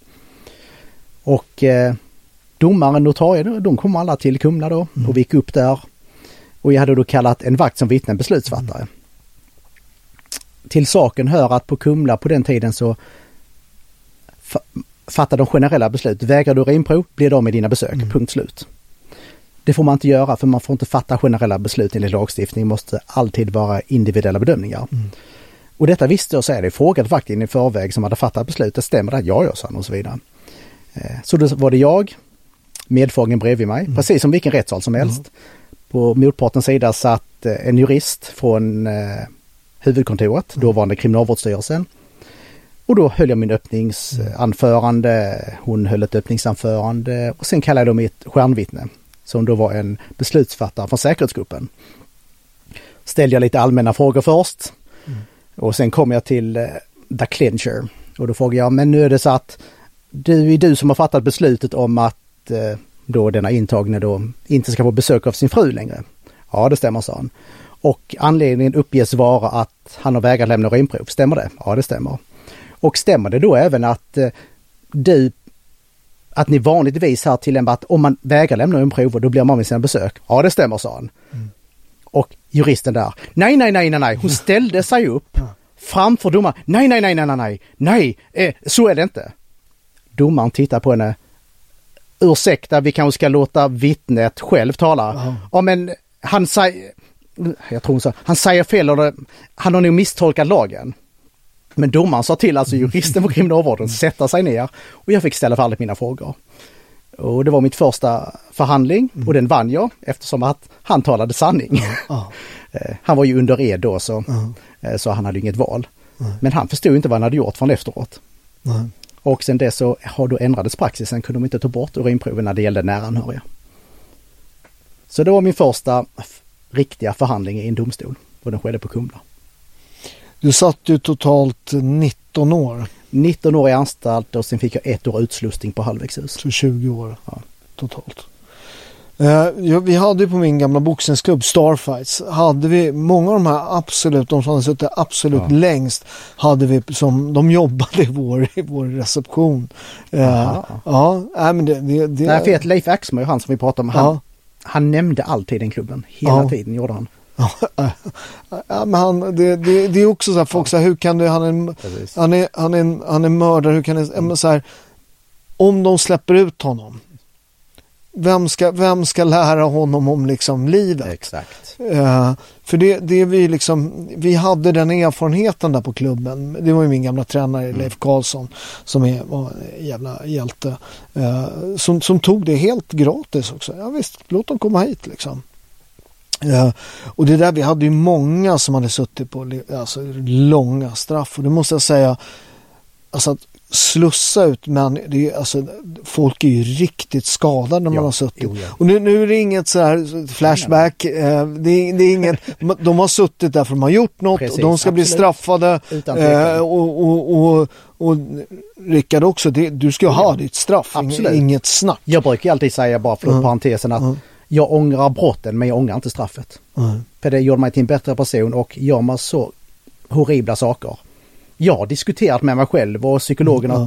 Och eh, domaren, notarien, de kom alla till Kumla då mm. och vi gick upp där. Och jag hade då kallat en vakt som vittne, en beslutsfattare. Mm. Till saken hör att på Kumla på den tiden så fa- fattar de generella beslut. Vägrar du urinprov blir de med dina besök. Mm. Punkt slut. Det får man inte göra, för man får inte fatta generella beslut enligt lagstiftning. Det måste alltid vara individuella bedömningar. Mm. Och detta visste jag, så är det frågat faktiskt i förväg som hade fattat beslutet. Stämmer det? Ja, jag sa och så vidare. Så då var det jag, medfången bredvid mig, mm. precis som vilken rättssal som helst. Mm. På motpartens sida satt en jurist från eh, huvudkontoret, mm. dåvarande Kriminalvårdsstyrelsen. Och då höll jag min öppningsanförande, hon höll ett öppningsanförande och sen kallade de mitt stjärnvittne som då var en beslutsfattare från säkerhetsgruppen. Ställde jag lite allmänna frågor först mm. och sen kom jag till eh, the clincher och då frågade jag, men nu är det så att du är du som har fattat beslutet om att eh, då denna intagne då inte ska få besök av sin fru längre. Ja, det stämmer, sa han. Och anledningen uppges vara att han har vägrat lämna urinprov. Stämmer det? Ja, det stämmer. Och stämmer det då även att eh, du att ni vanligtvis har tillämpat att om man vägrar lämna urinprov då blir man med sina besök? Ja, det stämmer, sa han. Mm. Och juristen där, nej, nej, nej, nej, nej. Hon ställde sig upp framför domaren. Nej, nej, nej, nej, nej, nej, nej, eh, så är det inte. Domaren tittar på henne. Ursäkta, vi kanske ska låta vittnet själv tala. Uh-huh. Ja, men han säger, jag tror så, han säger fel, eller han har nog misstolkat lagen. Men domaren sa till alltså juristen på kriminalvården sätta sig ner och jag fick ställa för alla mina frågor. Och det var mitt första förhandling mm. och den vann jag eftersom att han talade sanning. Uh-huh. Han var ju under ed då så, uh-huh. så han hade inget val. Uh-huh. Men han förstod inte vad han hade gjort från efteråt. Uh-huh. Och sen det så har då ändrades praxisen, kunde de inte ta bort urinproven när det gällde nära anhöriga. Så det var min första f- riktiga förhandling i en domstol och den skedde på Kumla. Du satt ju totalt nitton år. nitton år i anstalt och sen fick jag ett år utslussning på halvvägshus. Så tjugo år ja. Totalt. Uh, vi hade ju på min gamla boxningsklubb Starfights, hade vi många av de här absolut, de som hade suttit absolut ja. längst, hade vi som, de jobbade i vår, i vår reception. Uh, ja, nej men det... det, det Nej, för att Leif Axmer, han som vi pratade om, han, ja. han nämnde alltid den klubben. Hela ja. tiden gjorde han. Ja, men han, det, det, det är också så här, folk säger, hur kan du, han är, han är, han är, en, han är mördare, hur kan det, mm. så här, om de släpper ut honom, Vem ska, vem ska lära honom om liksom livet? Exakt. Uh, för det, det vi liksom, vi hade den erfarenheten där på klubben. Det var ju min gamla tränare mm. Leif Karlsson som är, var en jävla hjälte. Uh, som, som tog det helt gratis också. Ja visst, låt dem komma hit liksom. Uh, och det där, vi hade ju många som hade suttit på alltså, långa straff. Och det måste jag säga, alltså att slussa ut, men det är, alltså, folk är ju riktigt skadade när man ja, har suttit. Jo, ja. Och nu, nu är det inget så här flashback. Eh, det, är, det är inget, de har suttit där för de har gjort något. Precis, och de ska absolut. bli straffade. Eh, och, och, och, och Rickard också, det, du ska ha ditt straff. Absolut. Inget snack. Jag brukar alltid säga, bara för mm. parentesen, att mm. jag ångrar brotten men jag ångrar inte straffet. Mm. För det gjorde mig till en bättre person och gör mig så horribla saker. Jag har diskuterat med mig själv och psykologen mm, att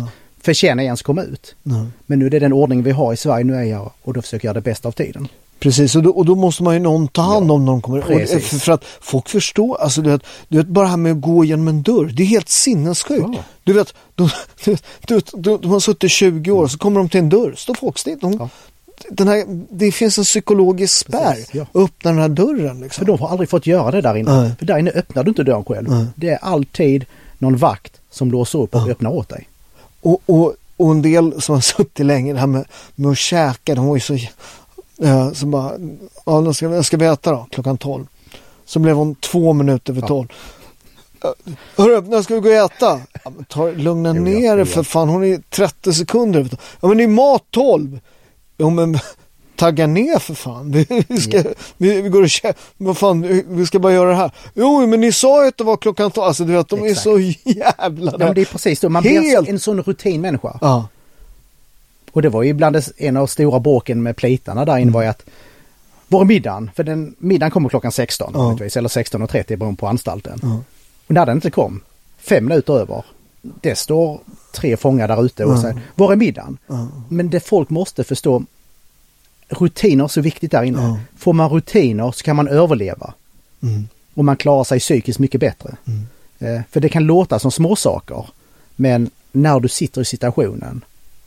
förtjänar ens komma ut. Mm. Men nu är det den ordning vi har i Sverige, nu är jag och då försöker jag det bästa av tiden. Precis, och då, och då måste man ju någon ta hand om ja, när de kommer. Och, för, för att folk förstår, alltså du vet, du vet bara här med att gå genom en dörr, det är helt sinnessjukt. Ja. Du vet, de, du, du, du, de har suttit tjugo år, så kommer de till en dörr, står folk still. De, ja. den här, det finns en psykologisk spärr, ja. öppna den här dörren. Liksom. För de har aldrig fått göra det där inne. Nej. För där inne öppnar du inte dörren själv. Nej. Det är alltid någon vakt som låser upp och ja. öppnar åt dig. Och, och, och en del som har suttit länge, det här med, med att käka, de var ju så... Ja, så bara, ja, nu ska, jag ska vi äta då, klockan tolv. Så blev hon två minuter över tolv. Ja. Hörru, när ska vi gå och äta? Ja, men ta, lugna jo, ner det för fan, hon är trettio sekunder över tolv. Ja, men det är mat tolv. Ja, men tagga ner för fan. Vi, vi, ska, ja. vi, vi går och käka. Vad fan, vi ska bara göra det här. Jo, men ni sa ju att det var klockan tolv. Alltså, du vet, de Exakt. är så jävla... Ja, men det är precis då. Man Helt... blir en sån rutinmänniska. Ja. Och det var ju ibland en av stora bråken med plitarna där inne mm. var ju att var middagen, för den middagen kommer klockan sexton ja. eller sexton och trettio beroende på anstalten. Ja. Och när den inte kom, fem minuter över, det står tre fångar där ute och ja. säger, var är middagen? Ja. Men det folk måste förstå, rutiner är så viktigt där inne. Ja. Får man rutiner så kan man överleva. Mm. Och man klarar sig psykiskt mycket bättre. Mm. Eh, för det kan låta som små saker, men när du sitter i situationen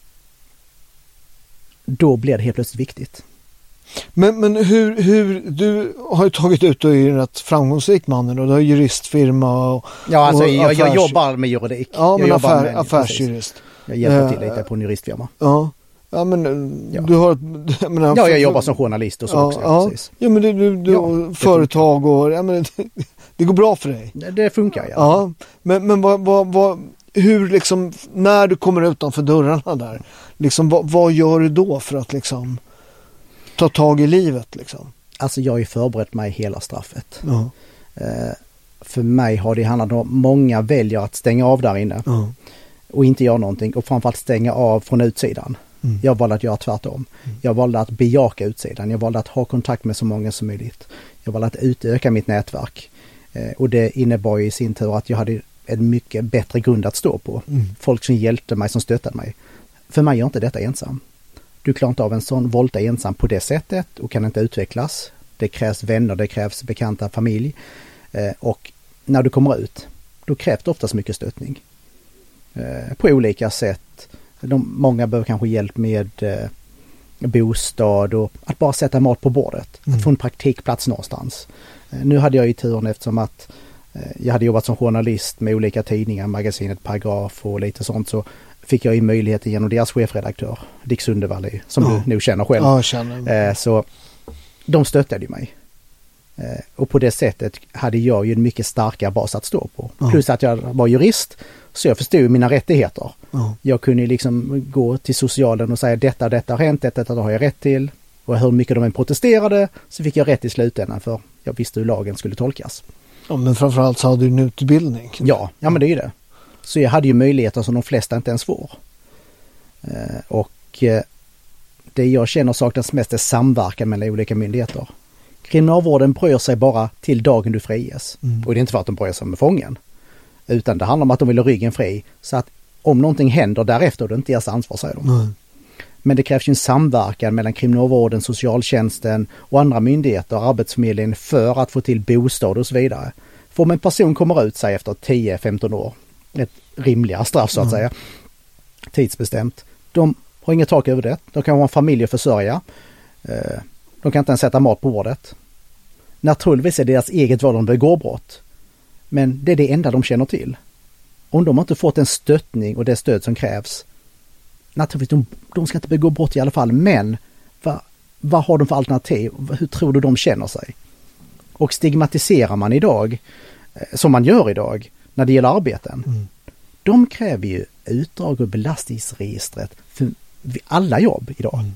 då blir det helt plötsligt viktigt. Men, men hur, hur, du har ju tagit ut och är en rätt framgångsrik man och du har juristfirma och... Ja, alltså och jag, affärs... jag jobbar med juridik. Ja, men jag affär, med, affärsjurist. Jag hjälper till lite på en juristfirma. Ja, ja men ja. du har... Jag menar, ja, jag jobbar som journalist och så ja, också. Ja, precis. ja men du, du, du ja, företag och... Ja, men, det går bra för dig. Det, det funkar, ja. Ja, men, men vad... vad, vad hur liksom, när du kommer utanför dörrarna där, liksom, vad, vad gör du då för att liksom ta tag i livet liksom? Alltså jag har ju förberett mig hela straffet. Ja. Eh, för mig har det handlat om, många väljer att stänga av där inne ja. och inte göra någonting och framförallt stänga av från utsidan. Mm. Jag valde att göra tvärtom. Mm. Jag valde att bejaka utsidan. Jag valde att ha kontakt med så många som möjligt. Jag valde att utöka mitt nätverk. Eh, och det innebar i sin tur att jag hade en mycket bättre grund att stå på. Mm. Folk som hjälpte mig, som stöttade mig. För mig gör inte detta ensam. Du klarar inte av en sån volta ensam på det sättet och kan inte utvecklas. Det krävs vänner, det krävs bekanta, familj. Eh, och när du kommer ut, då krävs det oftast mycket stöttning. Eh, på olika sätt. De, många behöver kanske hjälp med eh, bostad och att bara sätta mat på bordet. Mm. Att få en praktikplats någonstans. Eh, nu hade jag ju turen eftersom att jag hade jobbat som journalist med olika tidningar, magasinet Paragraf och lite sånt, så fick jag ju möjligheten genom deras chefredaktör Dick Sundevall, som ja. du nog känner själv. Ja, känner. Så de stöttade ju mig. Och på det sättet hade jag ju en mycket starkare bas att stå på. Ja. Plus att jag var jurist, så jag förstod mina rättigheter. Ja. Jag kunde liksom gå till socialen och säga detta, detta har hänt, detta, detta har jag rätt till. Och hur mycket de än protesterade så fick jag rätt i slutändan, för jag visste hur lagen skulle tolkas. Ja, men framförallt så hade du en utbildning. Ja, ja men det är ju det. Så jag hade ju möjligheter som de flesta inte ens får. Eh, och eh, det jag känner saknas mest är samverkan mellan olika myndigheter. Kriminalvården bryr sig bara till dagen du friges. Mm. Och det är inte för att de bryr sig med fången. Utan det handlar om att de vill ha ryggen fri. Så att om någonting händer därefter och det inte är deras ansvar, säger de. Mm. Men det krävs ju en samverkan mellan kriminalvården, socialtjänsten och andra myndigheter, arbetsförmedlingen, för att få till bostad och så vidare. För om en person kommer ut sig efter tio femton år, ett rimligare straff så att mm. säga, tidsbestämt, de har inget tak över det. De kan ha en familj att försörja. De kan inte ens sätta mat på bordet. Naturligtvis är det deras eget val om de begår brott. Men det är det enda de känner till. Om de har inte fått en stöttning och det stöd som krävs, naturligtvis, de, de ska inte begå brott i alla fall, men vad, vad har de för alternativ? Hur tror du de känner sig? Och stigmatiserar man idag, som man gör idag, när det gäller arbeten, mm. de kräver ju utdrag ur belastningsregistret för alla jobb idag. Mm.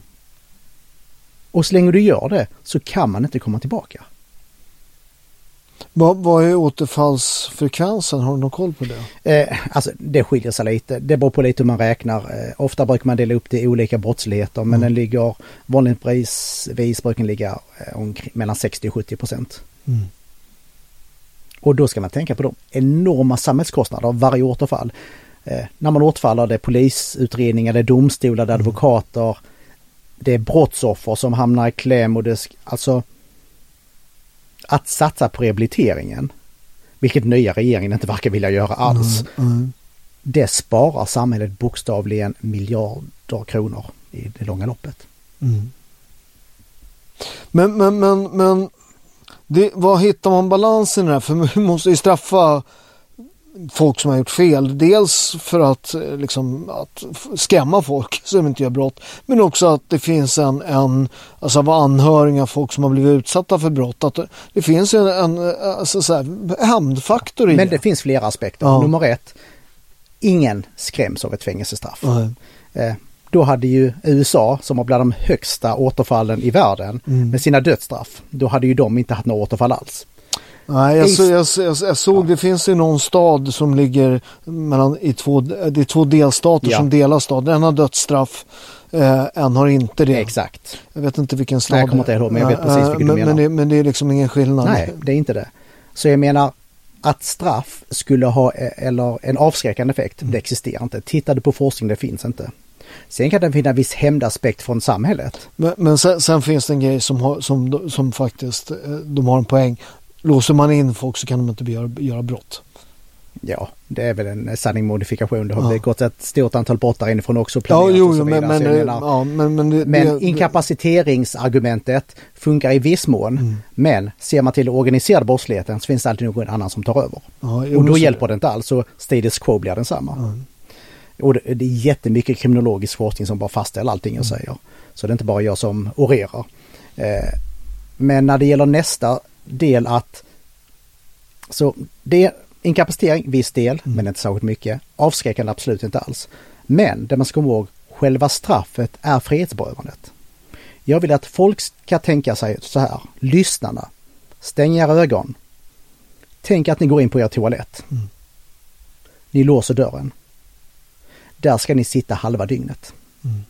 Och så länge du gör det så kan man inte komma tillbaka. Vad, vad är återfallsfrekvensen? Har du någon koll på det? Eh, alltså det skiljer sig lite. Det beror på lite hur man räknar. Eh, ofta brukar man dela upp det i olika brottsligheter, men mm. den ligger vanligtvis brukar den ligga eh, omkring, mellan sextio och sjuttio procent. Mm. Och då ska man tänka på de enorma samhällskostnader av varje återfall. Eh, när man återfaller, det är polisutredningar, det är domstolar, det är advokater, det är brottsoffer som hamnar i kläm och det, alltså att satsa på rehabiliteringen, vilket nya regeringen inte verkar vilja göra alls, mm, mm. det sparar samhället bokstavligen miljarder kronor i det långa loppet. Mm. Men, men, men, men det, vad hittar man balansen där? För vi måste ju straffa folk som har gjort fel. Dels för att, liksom, att skrämma folk som inte gör brott. Men också att det finns en, en alltså av anhöriga folk som har blivit utsatta för brott. Att det finns en, en alltså, så här, hämndfaktor i Men det. det finns flera aspekter. Ja. Nummer ett, ingen skräms av ett fängelsestraff. Mm. Eh, då hade ju U S A, som har bland de högsta återfallen i världen, mm. med sina dödsstraff, då hade ju de inte haft några återfall alls. Nej, jag, så, jag, jag, jag såg, det finns ju någon stad som ligger mellan i två, det är två delstater ja. som delar stad. En har dödsstraff, eh, en har inte det. Exakt. Jag vet inte vilken stad. Nej, jag kommer inte ihåg, men jag vet precis vilken men, du menar. Men det, men det är liksom ingen skillnad. Nej, det är inte det. Så jag menar, att straff skulle ha eller en avskräckande effekt, mm. det existerar inte. Tittar du på forskning, det finns inte. Sen kan det finnas viss hämndaspekt från samhället. Men, men sen, sen finns det en grej som, har, som, som faktiskt, de har en poäng. Låser man in folk så kan de inte göra, göra brott. Ja, det är väl en sanning modifikation. Det har ja. gått ett stort antal brott där inifrån också planerat. Ja, jo, och så men, men, menar, ja, men, men, det, men det, inkapaciteringsargumentet funkar i viss mån. Mm. Men ser man till organiserad brottsligheten så finns det alltid någon annan som tar över. Ja, och då hjälper det inte alls, så status quo blir densamma. Mm. Och det, det är jättemycket kriminologisk forskning som bara fastställer allting jag säger. Så det är inte bara jag som orerar. Eh, men när det gäller nästa del att så det är inkapacitering, viss del, mm. men inte särskilt mycket. Avskräckande absolut inte alls. Men det man ska komma ihåg, själva straffet är frihetsberövandet. Jag vill att folk ska tänka sig så här, lyssnarna, stäng era ögon. Tänk att ni går in på er toalett. Mm. Ni låser dörren. Där ska ni sitta halva dygnet. Mm.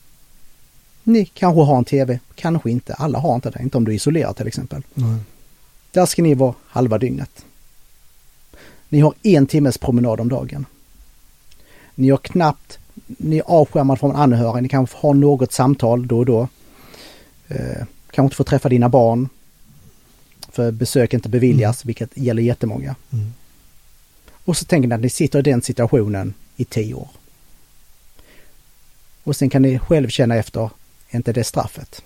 Ni kanske har en tv, kanske inte. Alla har inte det, inte om du är isolerad till exempel. Mm. Där ska ni vara halva dygnet. Ni har en timmes promenad om dagen. Ni har knappt, ni är avskärmade från anhöriga, ni kanske har något samtal då och då. Eh, kanske inte få träffa dina barn. För besök inte beviljas, mm. vilket gäller jättemånga. Mm. Och så tänker ni att ni sitter i den situationen i tio år. Och sen kan ni själv känna efter, är inte det straffet?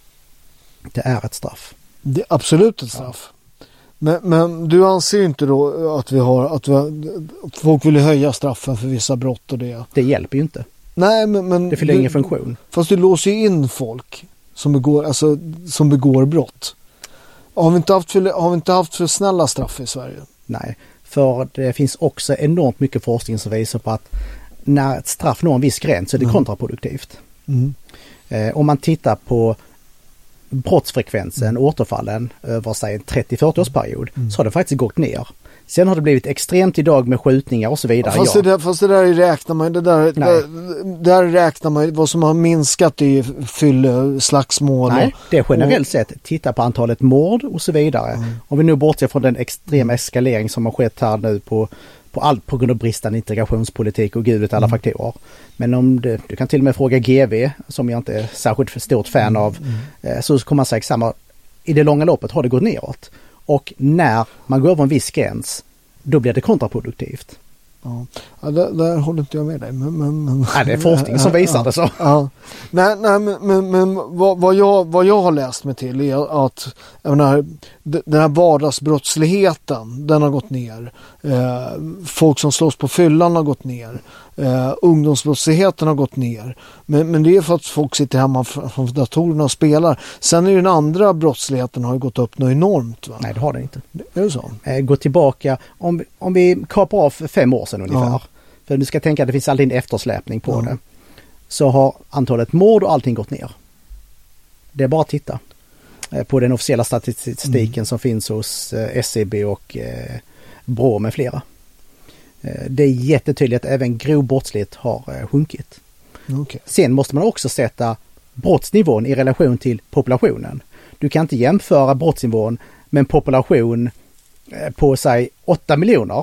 Det är ett straff. Det är absolut ett straff. Ja. Men, men du anser ju inte då att vi har, att vi har, folk vill höja straffen för vissa brott och det. Det hjälper ju inte. Nej, men, men det fyller ingen funktion. Fast du låser ju in folk som begår, alltså, som begår brott. Har vi inte haft för, har vi inte haft för snälla straff i Sverige? Nej, för det finns också enormt mycket forskning som visar på att när ett straff når en viss gräns så är det mm. kontraproduktivt. Mm. Eh, om man tittar på brottsfrekvensen, mm. återfallen över sig en trettio till fyrtio årsperiod mm. så har det faktiskt gått ner. Sen har det blivit extremt idag med skjutningar och så vidare. Ja, fast, ja. Det där, fast det där räknar man det där, där, där räknar man vad som har minskat i fylle slagsmål. Nej, och, det är generellt och, sett. Titta på antalet mord och så vidare. Mm. Om vi nu bortser från den extrema eskalering som har skett här nu på, på allt på grund av bristande integrationspolitik och gud alla mm. faktorer. Men om det, du kan till och med fråga G V som jag inte är särskilt stort fan mm. av mm. så kommer man säga samma. I det långa loppet har det gått neråt. Och när man går över en viss gräns, då blir det kontraproduktivt. Ja, ja där, där håller inte jag med dig. Men, men, men, nej, det är forskning som visar ja, det så. Ja. Nej, nej, men, men, men vad, vad, jag, vad jag har läst mig till är att jag menar, den här vardagsbrottsligheten, den har gått ner. Eh, folk som slåss på fyllan har gått ner. Eh, ungdomsbrottsligheten har gått ner. Men, men det är för att folk sitter hemma från datorerna och spelar. Sen är ju den andra brottsligheten har ju gått upp något enormt. Va? Nej, det har det inte. Är det så? Eh, gå tillbaka, om, om vi kapar av fem år sedan ungefär. Ja. För du ska tänka att det finns alltid en eftersläpning på ja. det. Så har antalet mord och allting gått ner. Det är bara att titta eh, på den officiella statistiken mm. som finns hos eh, S C B och eh, Brå med flera. Det är jättetydligt att även grov brottslighet har eh, sjunkit. Okay. Sen måste man också sätta brottsnivån i relation till populationen. Du kan inte jämföra brottsnivån med en population eh, på sig åtta miljoner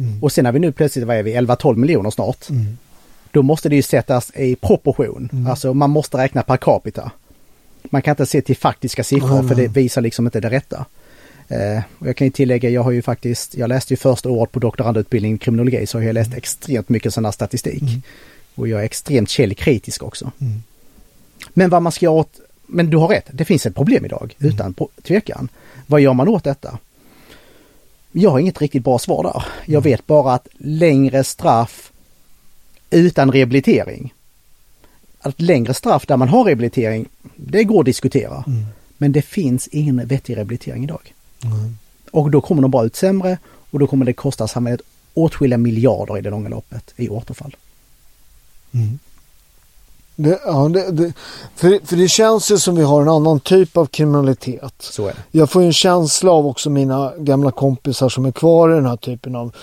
Mm. Och sen när vi nu plötsligt, vad är vi, elva tolv miljoner snart. Mm. Då måste det ju sättas i proportion. Mm. Alltså man måste räkna per capita. Man kan inte se till faktiska siffror mm. för det visar liksom inte det rätta. Eh, och jag kan ju tillägga, jag har ju faktiskt, jag läste ju första året på doktorandutbildning i kriminologi, så har jag läst extremt mycket sån här statistik. Mm. Och jag är extremt källkritisk också. Mm. Men vad man ska göra åt, men du har rätt, det finns ett problem idag, mm. utan tvekan. Vad gör man åt detta? Jag har inget riktigt bra svar där. Jag mm. vet bara att längre straff utan rehabilitering, att längre straff där man har rehabilitering, det går att diskutera. Mm. Men det finns ingen vettig rehabilitering idag. Mm. Och då kommer de bara ut sämre och då kommer det kosta samhället åtskilliga miljarder i det långa loppet i återfall. Mm. Det, ja, det, det, för, för det känns ju som vi har en annan typ av kriminalitet. Så är det. Jag får ju en känsla av också mina gamla kompisar som är kvar i den här typen av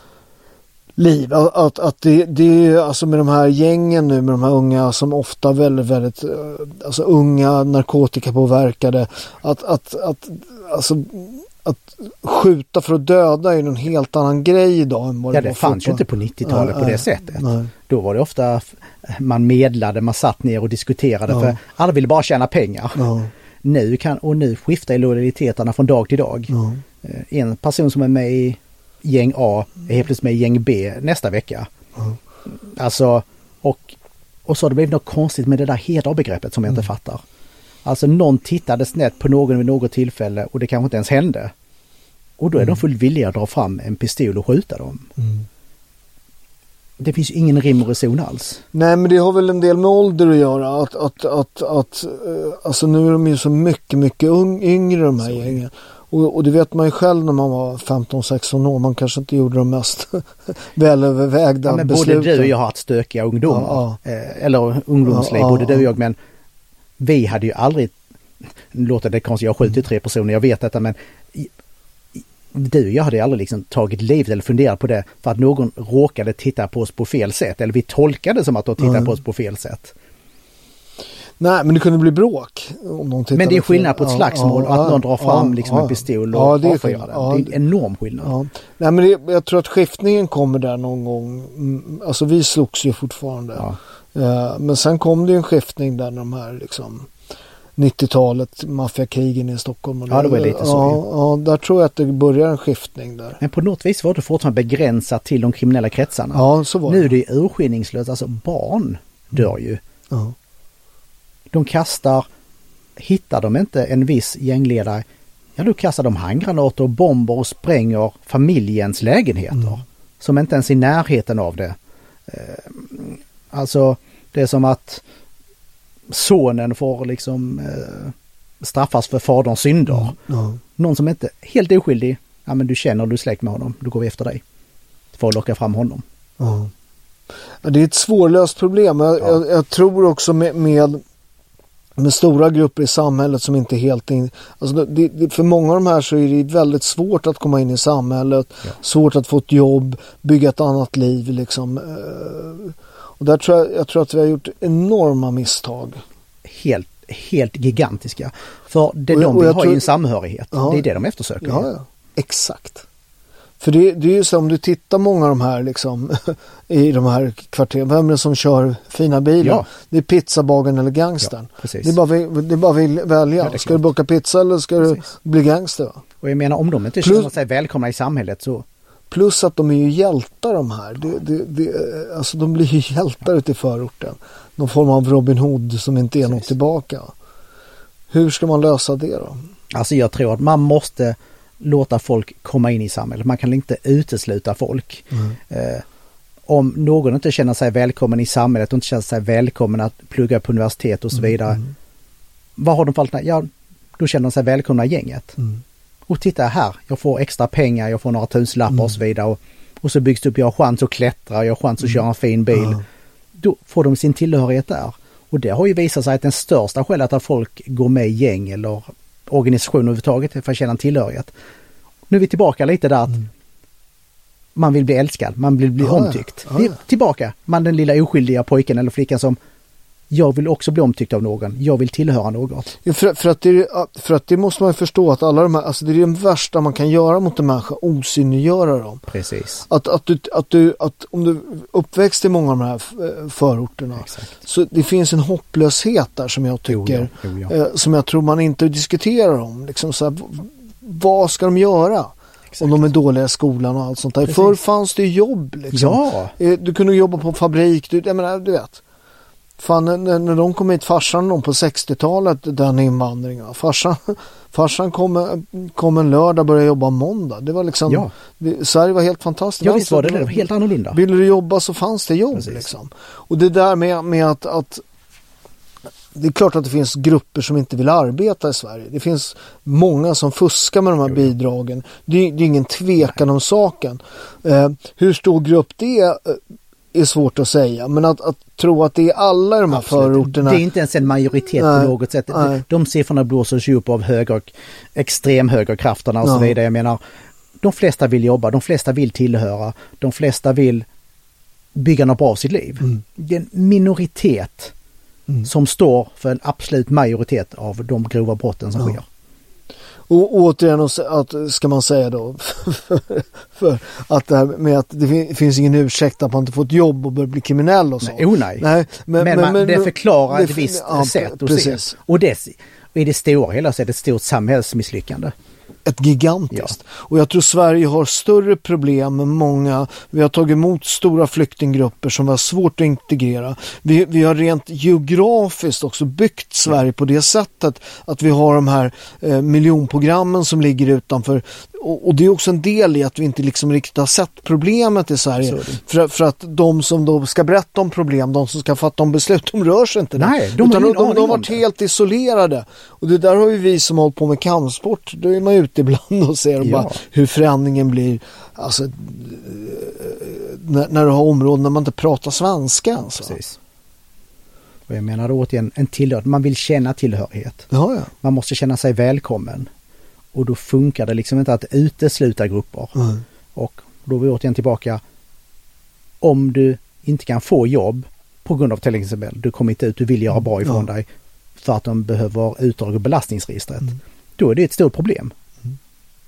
liv. Att, att, att det, det är alltså med de här gängen nu, med de här unga som ofta väldigt, väldigt alltså unga narkotikapåverkade, att, att, att, alltså, att skjuta för att döda är en helt annan grej idag än vad ja, det det fanns ju inte på nittiotalet nej, på det sättet. Nej. Då var det ofta man medlade, man satt ner och diskuterade ja. för alla ville bara tjäna pengar. Ja. Nu kan, och nu skiftar lojaliteterna från dag till dag. Ja. En person som är med i gäng A är helt plötsligt med i gäng B nästa vecka. Ja. Alltså, och, och så har det blivit något konstigt med det där hedarbegreppet som jag inte mm. fattar. Alltså någon tittade snett på någon vid något tillfälle och det kanske inte ens hände. Och då är mm. de fullt villiga att dra fram en pistol och skjuta dem. Mm. Det finns ju ingen rim och reson alls. Nej, men det har väl en del med ålder att göra. Att, att, att, att, alltså nu är de ju så mycket, mycket yngre de här så. gängen. Och, och det vet man ju själv när man var femton sexton år. Man kanske inte gjorde de mest välövervägda ja, men besluten. Både du och jag har haft stökiga ungdomar. Ja, ja. Eller ungdomsliv, ja, både ja, du och jag. Men vi hade ju aldrig, låter det konstigt, jag har skjutit tre personer, jag vet detta, men du och jag hade aldrig liksom tagit livet eller funderat på det för att någon råkade titta på oss på fel sätt. Eller vi tolkade som att de tittade mm. på oss på fel sätt. Nej, men det kunde bli bråk. Om någon men det är skillnad på ett slagsmål ja, och att ja, någon drar fram ja, liksom ja, en pistol och ja, det avfyrar den. Ja, det är en enorm skillnad. Ja. Nej, men det, jag tror att skiftningen kommer där någon gång. Alltså vi slogs ju fortfarande. Ja. Uh, men sen kom det ju en skiftning där när de här liksom nittiotalet, maffiakrigen i Stockholm. Och ja, det var lite så. Ja, ja, där tror jag att det börjar en skiftning där. Men på något vis var det fortfarande begränsat till de kriminella kretsarna. Ja, så var det. Nu är det urskillningslöst. Alltså barn dör ju. Ja. De kastar, hittar de inte en viss gängledare, ja då kastar de handgranater, bomber och spränger familjens lägenheter. Mm. Som inte ens är i närheten av det. Alltså det är som att sonen får liksom eh, straffas för faderns synder. Mm. Mm. Någon som inte är helt oskyldig, ja men du känner, du är släkt med honom, då går vi efter dig. För att locka fram honom. Mm. Ja, det är ett svårlöst problem. Jag, ja. jag, jag tror också med, med med stora grupper i samhället som inte är helt in... Alltså det, det, för många av de här så är det väldigt svårt att komma in i samhället. Ja. Svårt att få ett jobb, bygga ett annat liv liksom. Och där tror jag, jag tror att vi har gjort enorma misstag. Helt, helt gigantiska. För det, och, de och vill ha tror... ju en samhörighet. Ja. Det är det de eftersöker. Ja, ja. Exakt. För det, det är ju så om du tittar många av de här liksom i de här kvarteren, vem är det som kör fina bilar? Ja. Det är pizzabagaren eller gangstern. Ja, det är bara, det är bara att välja. Ja, ska du baka pizza eller ska precis. du bli gangster? Och jag menar om de inte plus, känner sig välkomna i samhället så... Plus att de är ju hjältar de här. Det, det, det, alltså de blir ju hjältar ute i förorten. Någon form av Robin Hood som inte är precis. något tillbaka. Hur ska man lösa det då? Alltså jag tror att man måste låta folk komma in i samhället. Man kan inte utesluta folk. Mm. Eh, om någon inte känner sig välkommen i samhället och inte känner sig välkommen att plugga på universitet och så vidare. Mm. Vad har de för alternativ? Ja, då känner de sig välkomna i gänget. Mm. Och titta här, jag får extra pengar, jag får några tusenlappar mm. och så vidare. Och, och så byggs det upp, jag har chans att klättra, jag har chans att mm. köra en fin bil. Mm. Då får de sin tillhörighet där. Och det har ju visat sig att den största skälet att folk går med i gäng eller organisation överhuvudtaget för att känna en tillhörighet. Nu är vi tillbaka lite där att mm. man vill bli älskad, man vill bli ja, omtyckt. Ja, ja. Vi är tillbaka, man den lilla oskyldiga pojken eller flickan som Jag vill också bli omtyckt av någon. Jag vill tillhöra något. Ja, för, för, att det, för att det måste man förstå att alla de här, alltså det är det värsta man kan göra mot en människa, osynliggöra dem. Precis. Att, att, du, att, du, att om du uppväxt i många av de här förorterna, exakt, så det finns en hopplöshet där som jag tycker, jo, ja. Jo, ja. Eh, som jag tror man inte diskuterar om. Liksom så här, vad ska de göra? Exakt. Om de är dåliga i skolan och allt sånt där. Förr fanns det jobb. Liksom. Ja. Eh, du kunde jobba på en fabrik, du, jag menar, du vet. Fan, när, när de kom hit, farsan någon på sextiotalet, den invandringen. Farsan, farsan kom, kom en lördag och började jobba måndag. Det var liksom, ja. det, Sverige var helt fantastiskt. Ja, visst var det, det var helt annorlunda. Ville du jobba så fanns det jobb. Liksom. Och det där med, med att, att det är klart att det finns grupper som inte vill arbeta i Sverige. Det finns många som fuskar med de här jo, bidragen. Det, det är ingen tvekan Nej. om saken. Eh, hur stor grupp det är är svårt att säga, men att, att tro att det är alla de här Absolut. förorterna. Det är inte ens en majoritet nej, på något sätt. Nej. De siffrorna blåser ju upp av höger, extrem högerkrafterna och ja. så vidare. Jag menar, de flesta vill jobba, de flesta vill tillhöra, de flesta vill bygga något bra av sitt liv. Mm. Det är en minoritet mm. som står för en absolut majoritet av de grova brotten som ja. sker. Och återigen att, ska man säga då för, för att det här med att det finns ingen ursäkt att man inte får ett jobb och börjar bli kriminell och så. Nej, oh nej. nej men, men, man, men det förklarar det, ett visst ja, sätt att se. Och, det, och i det stora hela så är det ett stort samhällsmisslyckande. Ett gigantiskt. Ja. Och jag tror Sverige har större problem med många. Vi har tagit emot stora flyktinggrupper som var svårt att integrera. Vi, vi har rent geografiskt också byggt Sverige ja. på det sättet att vi har de här eh, miljonprogrammen som ligger utanför. Och, och det är också en del i att vi inte liksom riktigt har sett problemet i Sverige. För, för att de som då ska berätta om problem, de som ska fatta om beslut, de rör sig inte. Nej, de utan har, de, de, de har varit helt isolerade. Och det där har ju vi som har hållit på med kampsport, då är man ju ute ibland och ser ja. bara hur förändringen blir. Alltså, när, när du har områden där man inte pratar svenska. Alltså. Precis. Och jag menar återigen, en tillhörighet. Man vill känna tillhörighet. Ja, ja. Man måste känna sig välkommen. Och då funkar det liksom inte att utesluta grupper. Mm. Och då är vi återigen tillbaka. Om du inte kan få jobb på grund av till exempel du kommer inte ut, du vill göra bra ifrån ja. dig för att de behöver utdrag ur belastningsregistret. Mm. Då är det ett stort problem. Mm.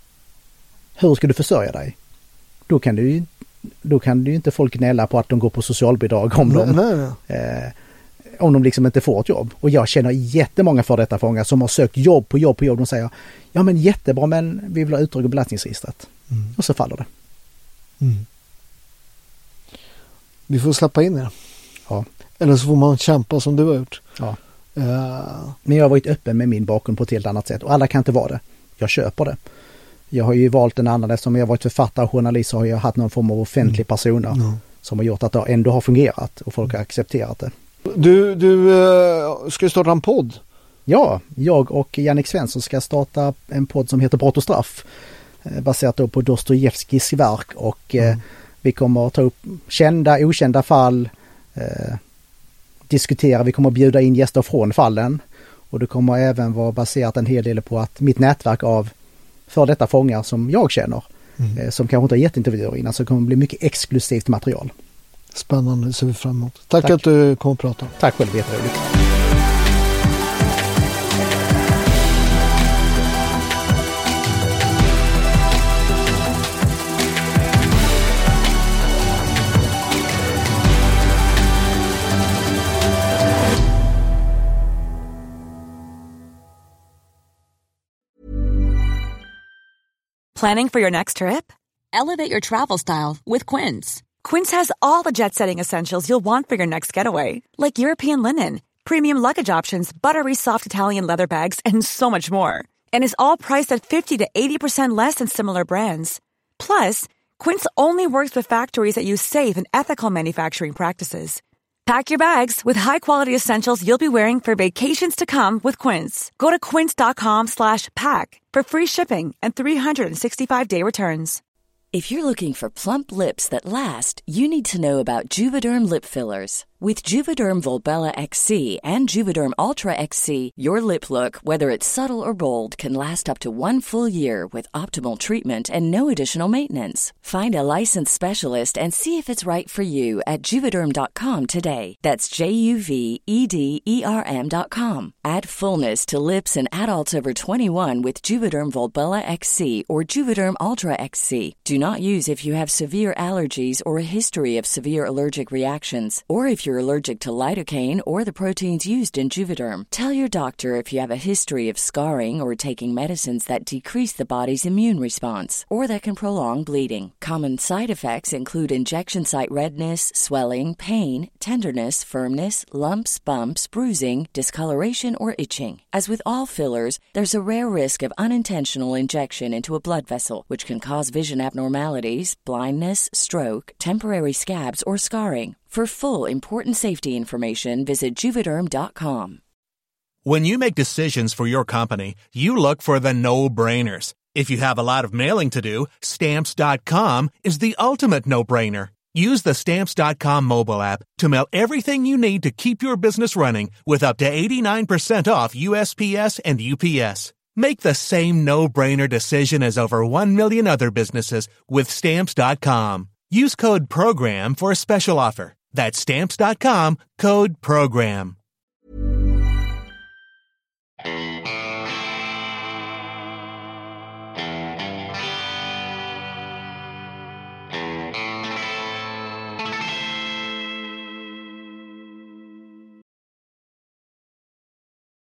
Hur ska du försörja dig? Då kan du ju då kan du ju inte folk gnälla på att de går på socialbidrag om nej, de nej, nej. Eh, om de liksom inte får ett jobb. Och jag känner jättemånga för detta fångar som har sökt jobb på jobb på jobb. De säger, ja men jättebra men vi vill ha utdrag ur belastningsregistret. Mm. Och så faller det. Mm. Vi får släppa in det. Ja. Eller så får man kämpa som du har gjort. Ja. Uh. Men jag har varit öppen med min bakgrund på ett helt annat sätt. Och alla kan inte vara det. Jag köper det. Jag har ju valt en annan, eftersom jag har varit författare och journalist så har jag haft någon form av offentlig mm. persona mm. som har gjort att det ändå har fungerat och folk har accepterat det. Du, du uh, ska starta en podd? Ja, jag och Jannik Svensson ska starta en podd som heter Brott och straff. Eh, baserat då på Dostojevskijs verk och eh, mm. vi kommer att ta upp kända, okända fall, eh, diskutera, vi kommer att bjuda in gäster från fallen och det kommer även vara baserat en hel del på att mitt nätverk av för detta fångar som jag känner, mm. eh, som kanske inte har gett intervjuer innan, så kommer det bli mycket exklusivt material. Spännande, det ser vi fram emot. Tack, Tack. att du kom och pratade. Tack själv, jätteroligt. Planning for your next trip? Elevate your travel style with Quince. Quince has all the jet-setting essentials you'll want for your next getaway, like European linen, premium luggage options, buttery soft Italian leather bags, and so much more. And is all priced at fifty to eighty percent less than similar brands. Plus, Quince only works with factories that use safe and ethical manufacturing practices. Pack your bags with high-quality essentials you'll be wearing for vacations to come with Quince. Go to quince.com slash pack for free shipping and three sixty-five day returns. If you're looking for plump lips that last, you need to know about Juvederm lip fillers. With Juvederm Volbella X C and Juvederm Ultra X C, your lip look, whether it's subtle or bold, can last up to one full year with optimal treatment and no additional maintenance. Find a licensed specialist and see if it's right for you at juvederm dot com today. That's J U V E D E R M dot com. Add fullness to lips in adults over twenty-one with Juvederm Volbella X C or Juvederm Ultra X C. Do not use if you have severe allergies or a history of severe allergic reactions, or if you're allergic to lidocaine or the proteins used in Juvederm. Tell your doctor if you have a history of scarring or taking medicines that decrease the body's immune response or that can prolong bleeding. Common side effects include injection site redness, swelling, pain, tenderness, firmness, lumps, bumps, bruising, discoloration, or itching. As with all fillers, there's a rare risk of unintentional injection into a blood vessel, which can cause vision abnormalities, blindness, stroke, temporary scabs, or scarring. For full, important safety information, visit Juvederm dot com. When you make decisions for your company, you look for the no-brainers. If you have a lot of mailing to do, Stamps dot com is the ultimate no-brainer. Use the Stamps dot com mobile app to mail everything you need to keep your business running with up to eighty-nine percent off U S P S and U P S. Make the same no-brainer decision as over one million other businesses with Stamps dot com. Use code PROGRAM for a special offer. That's Stamps dot com, code PROGRAM.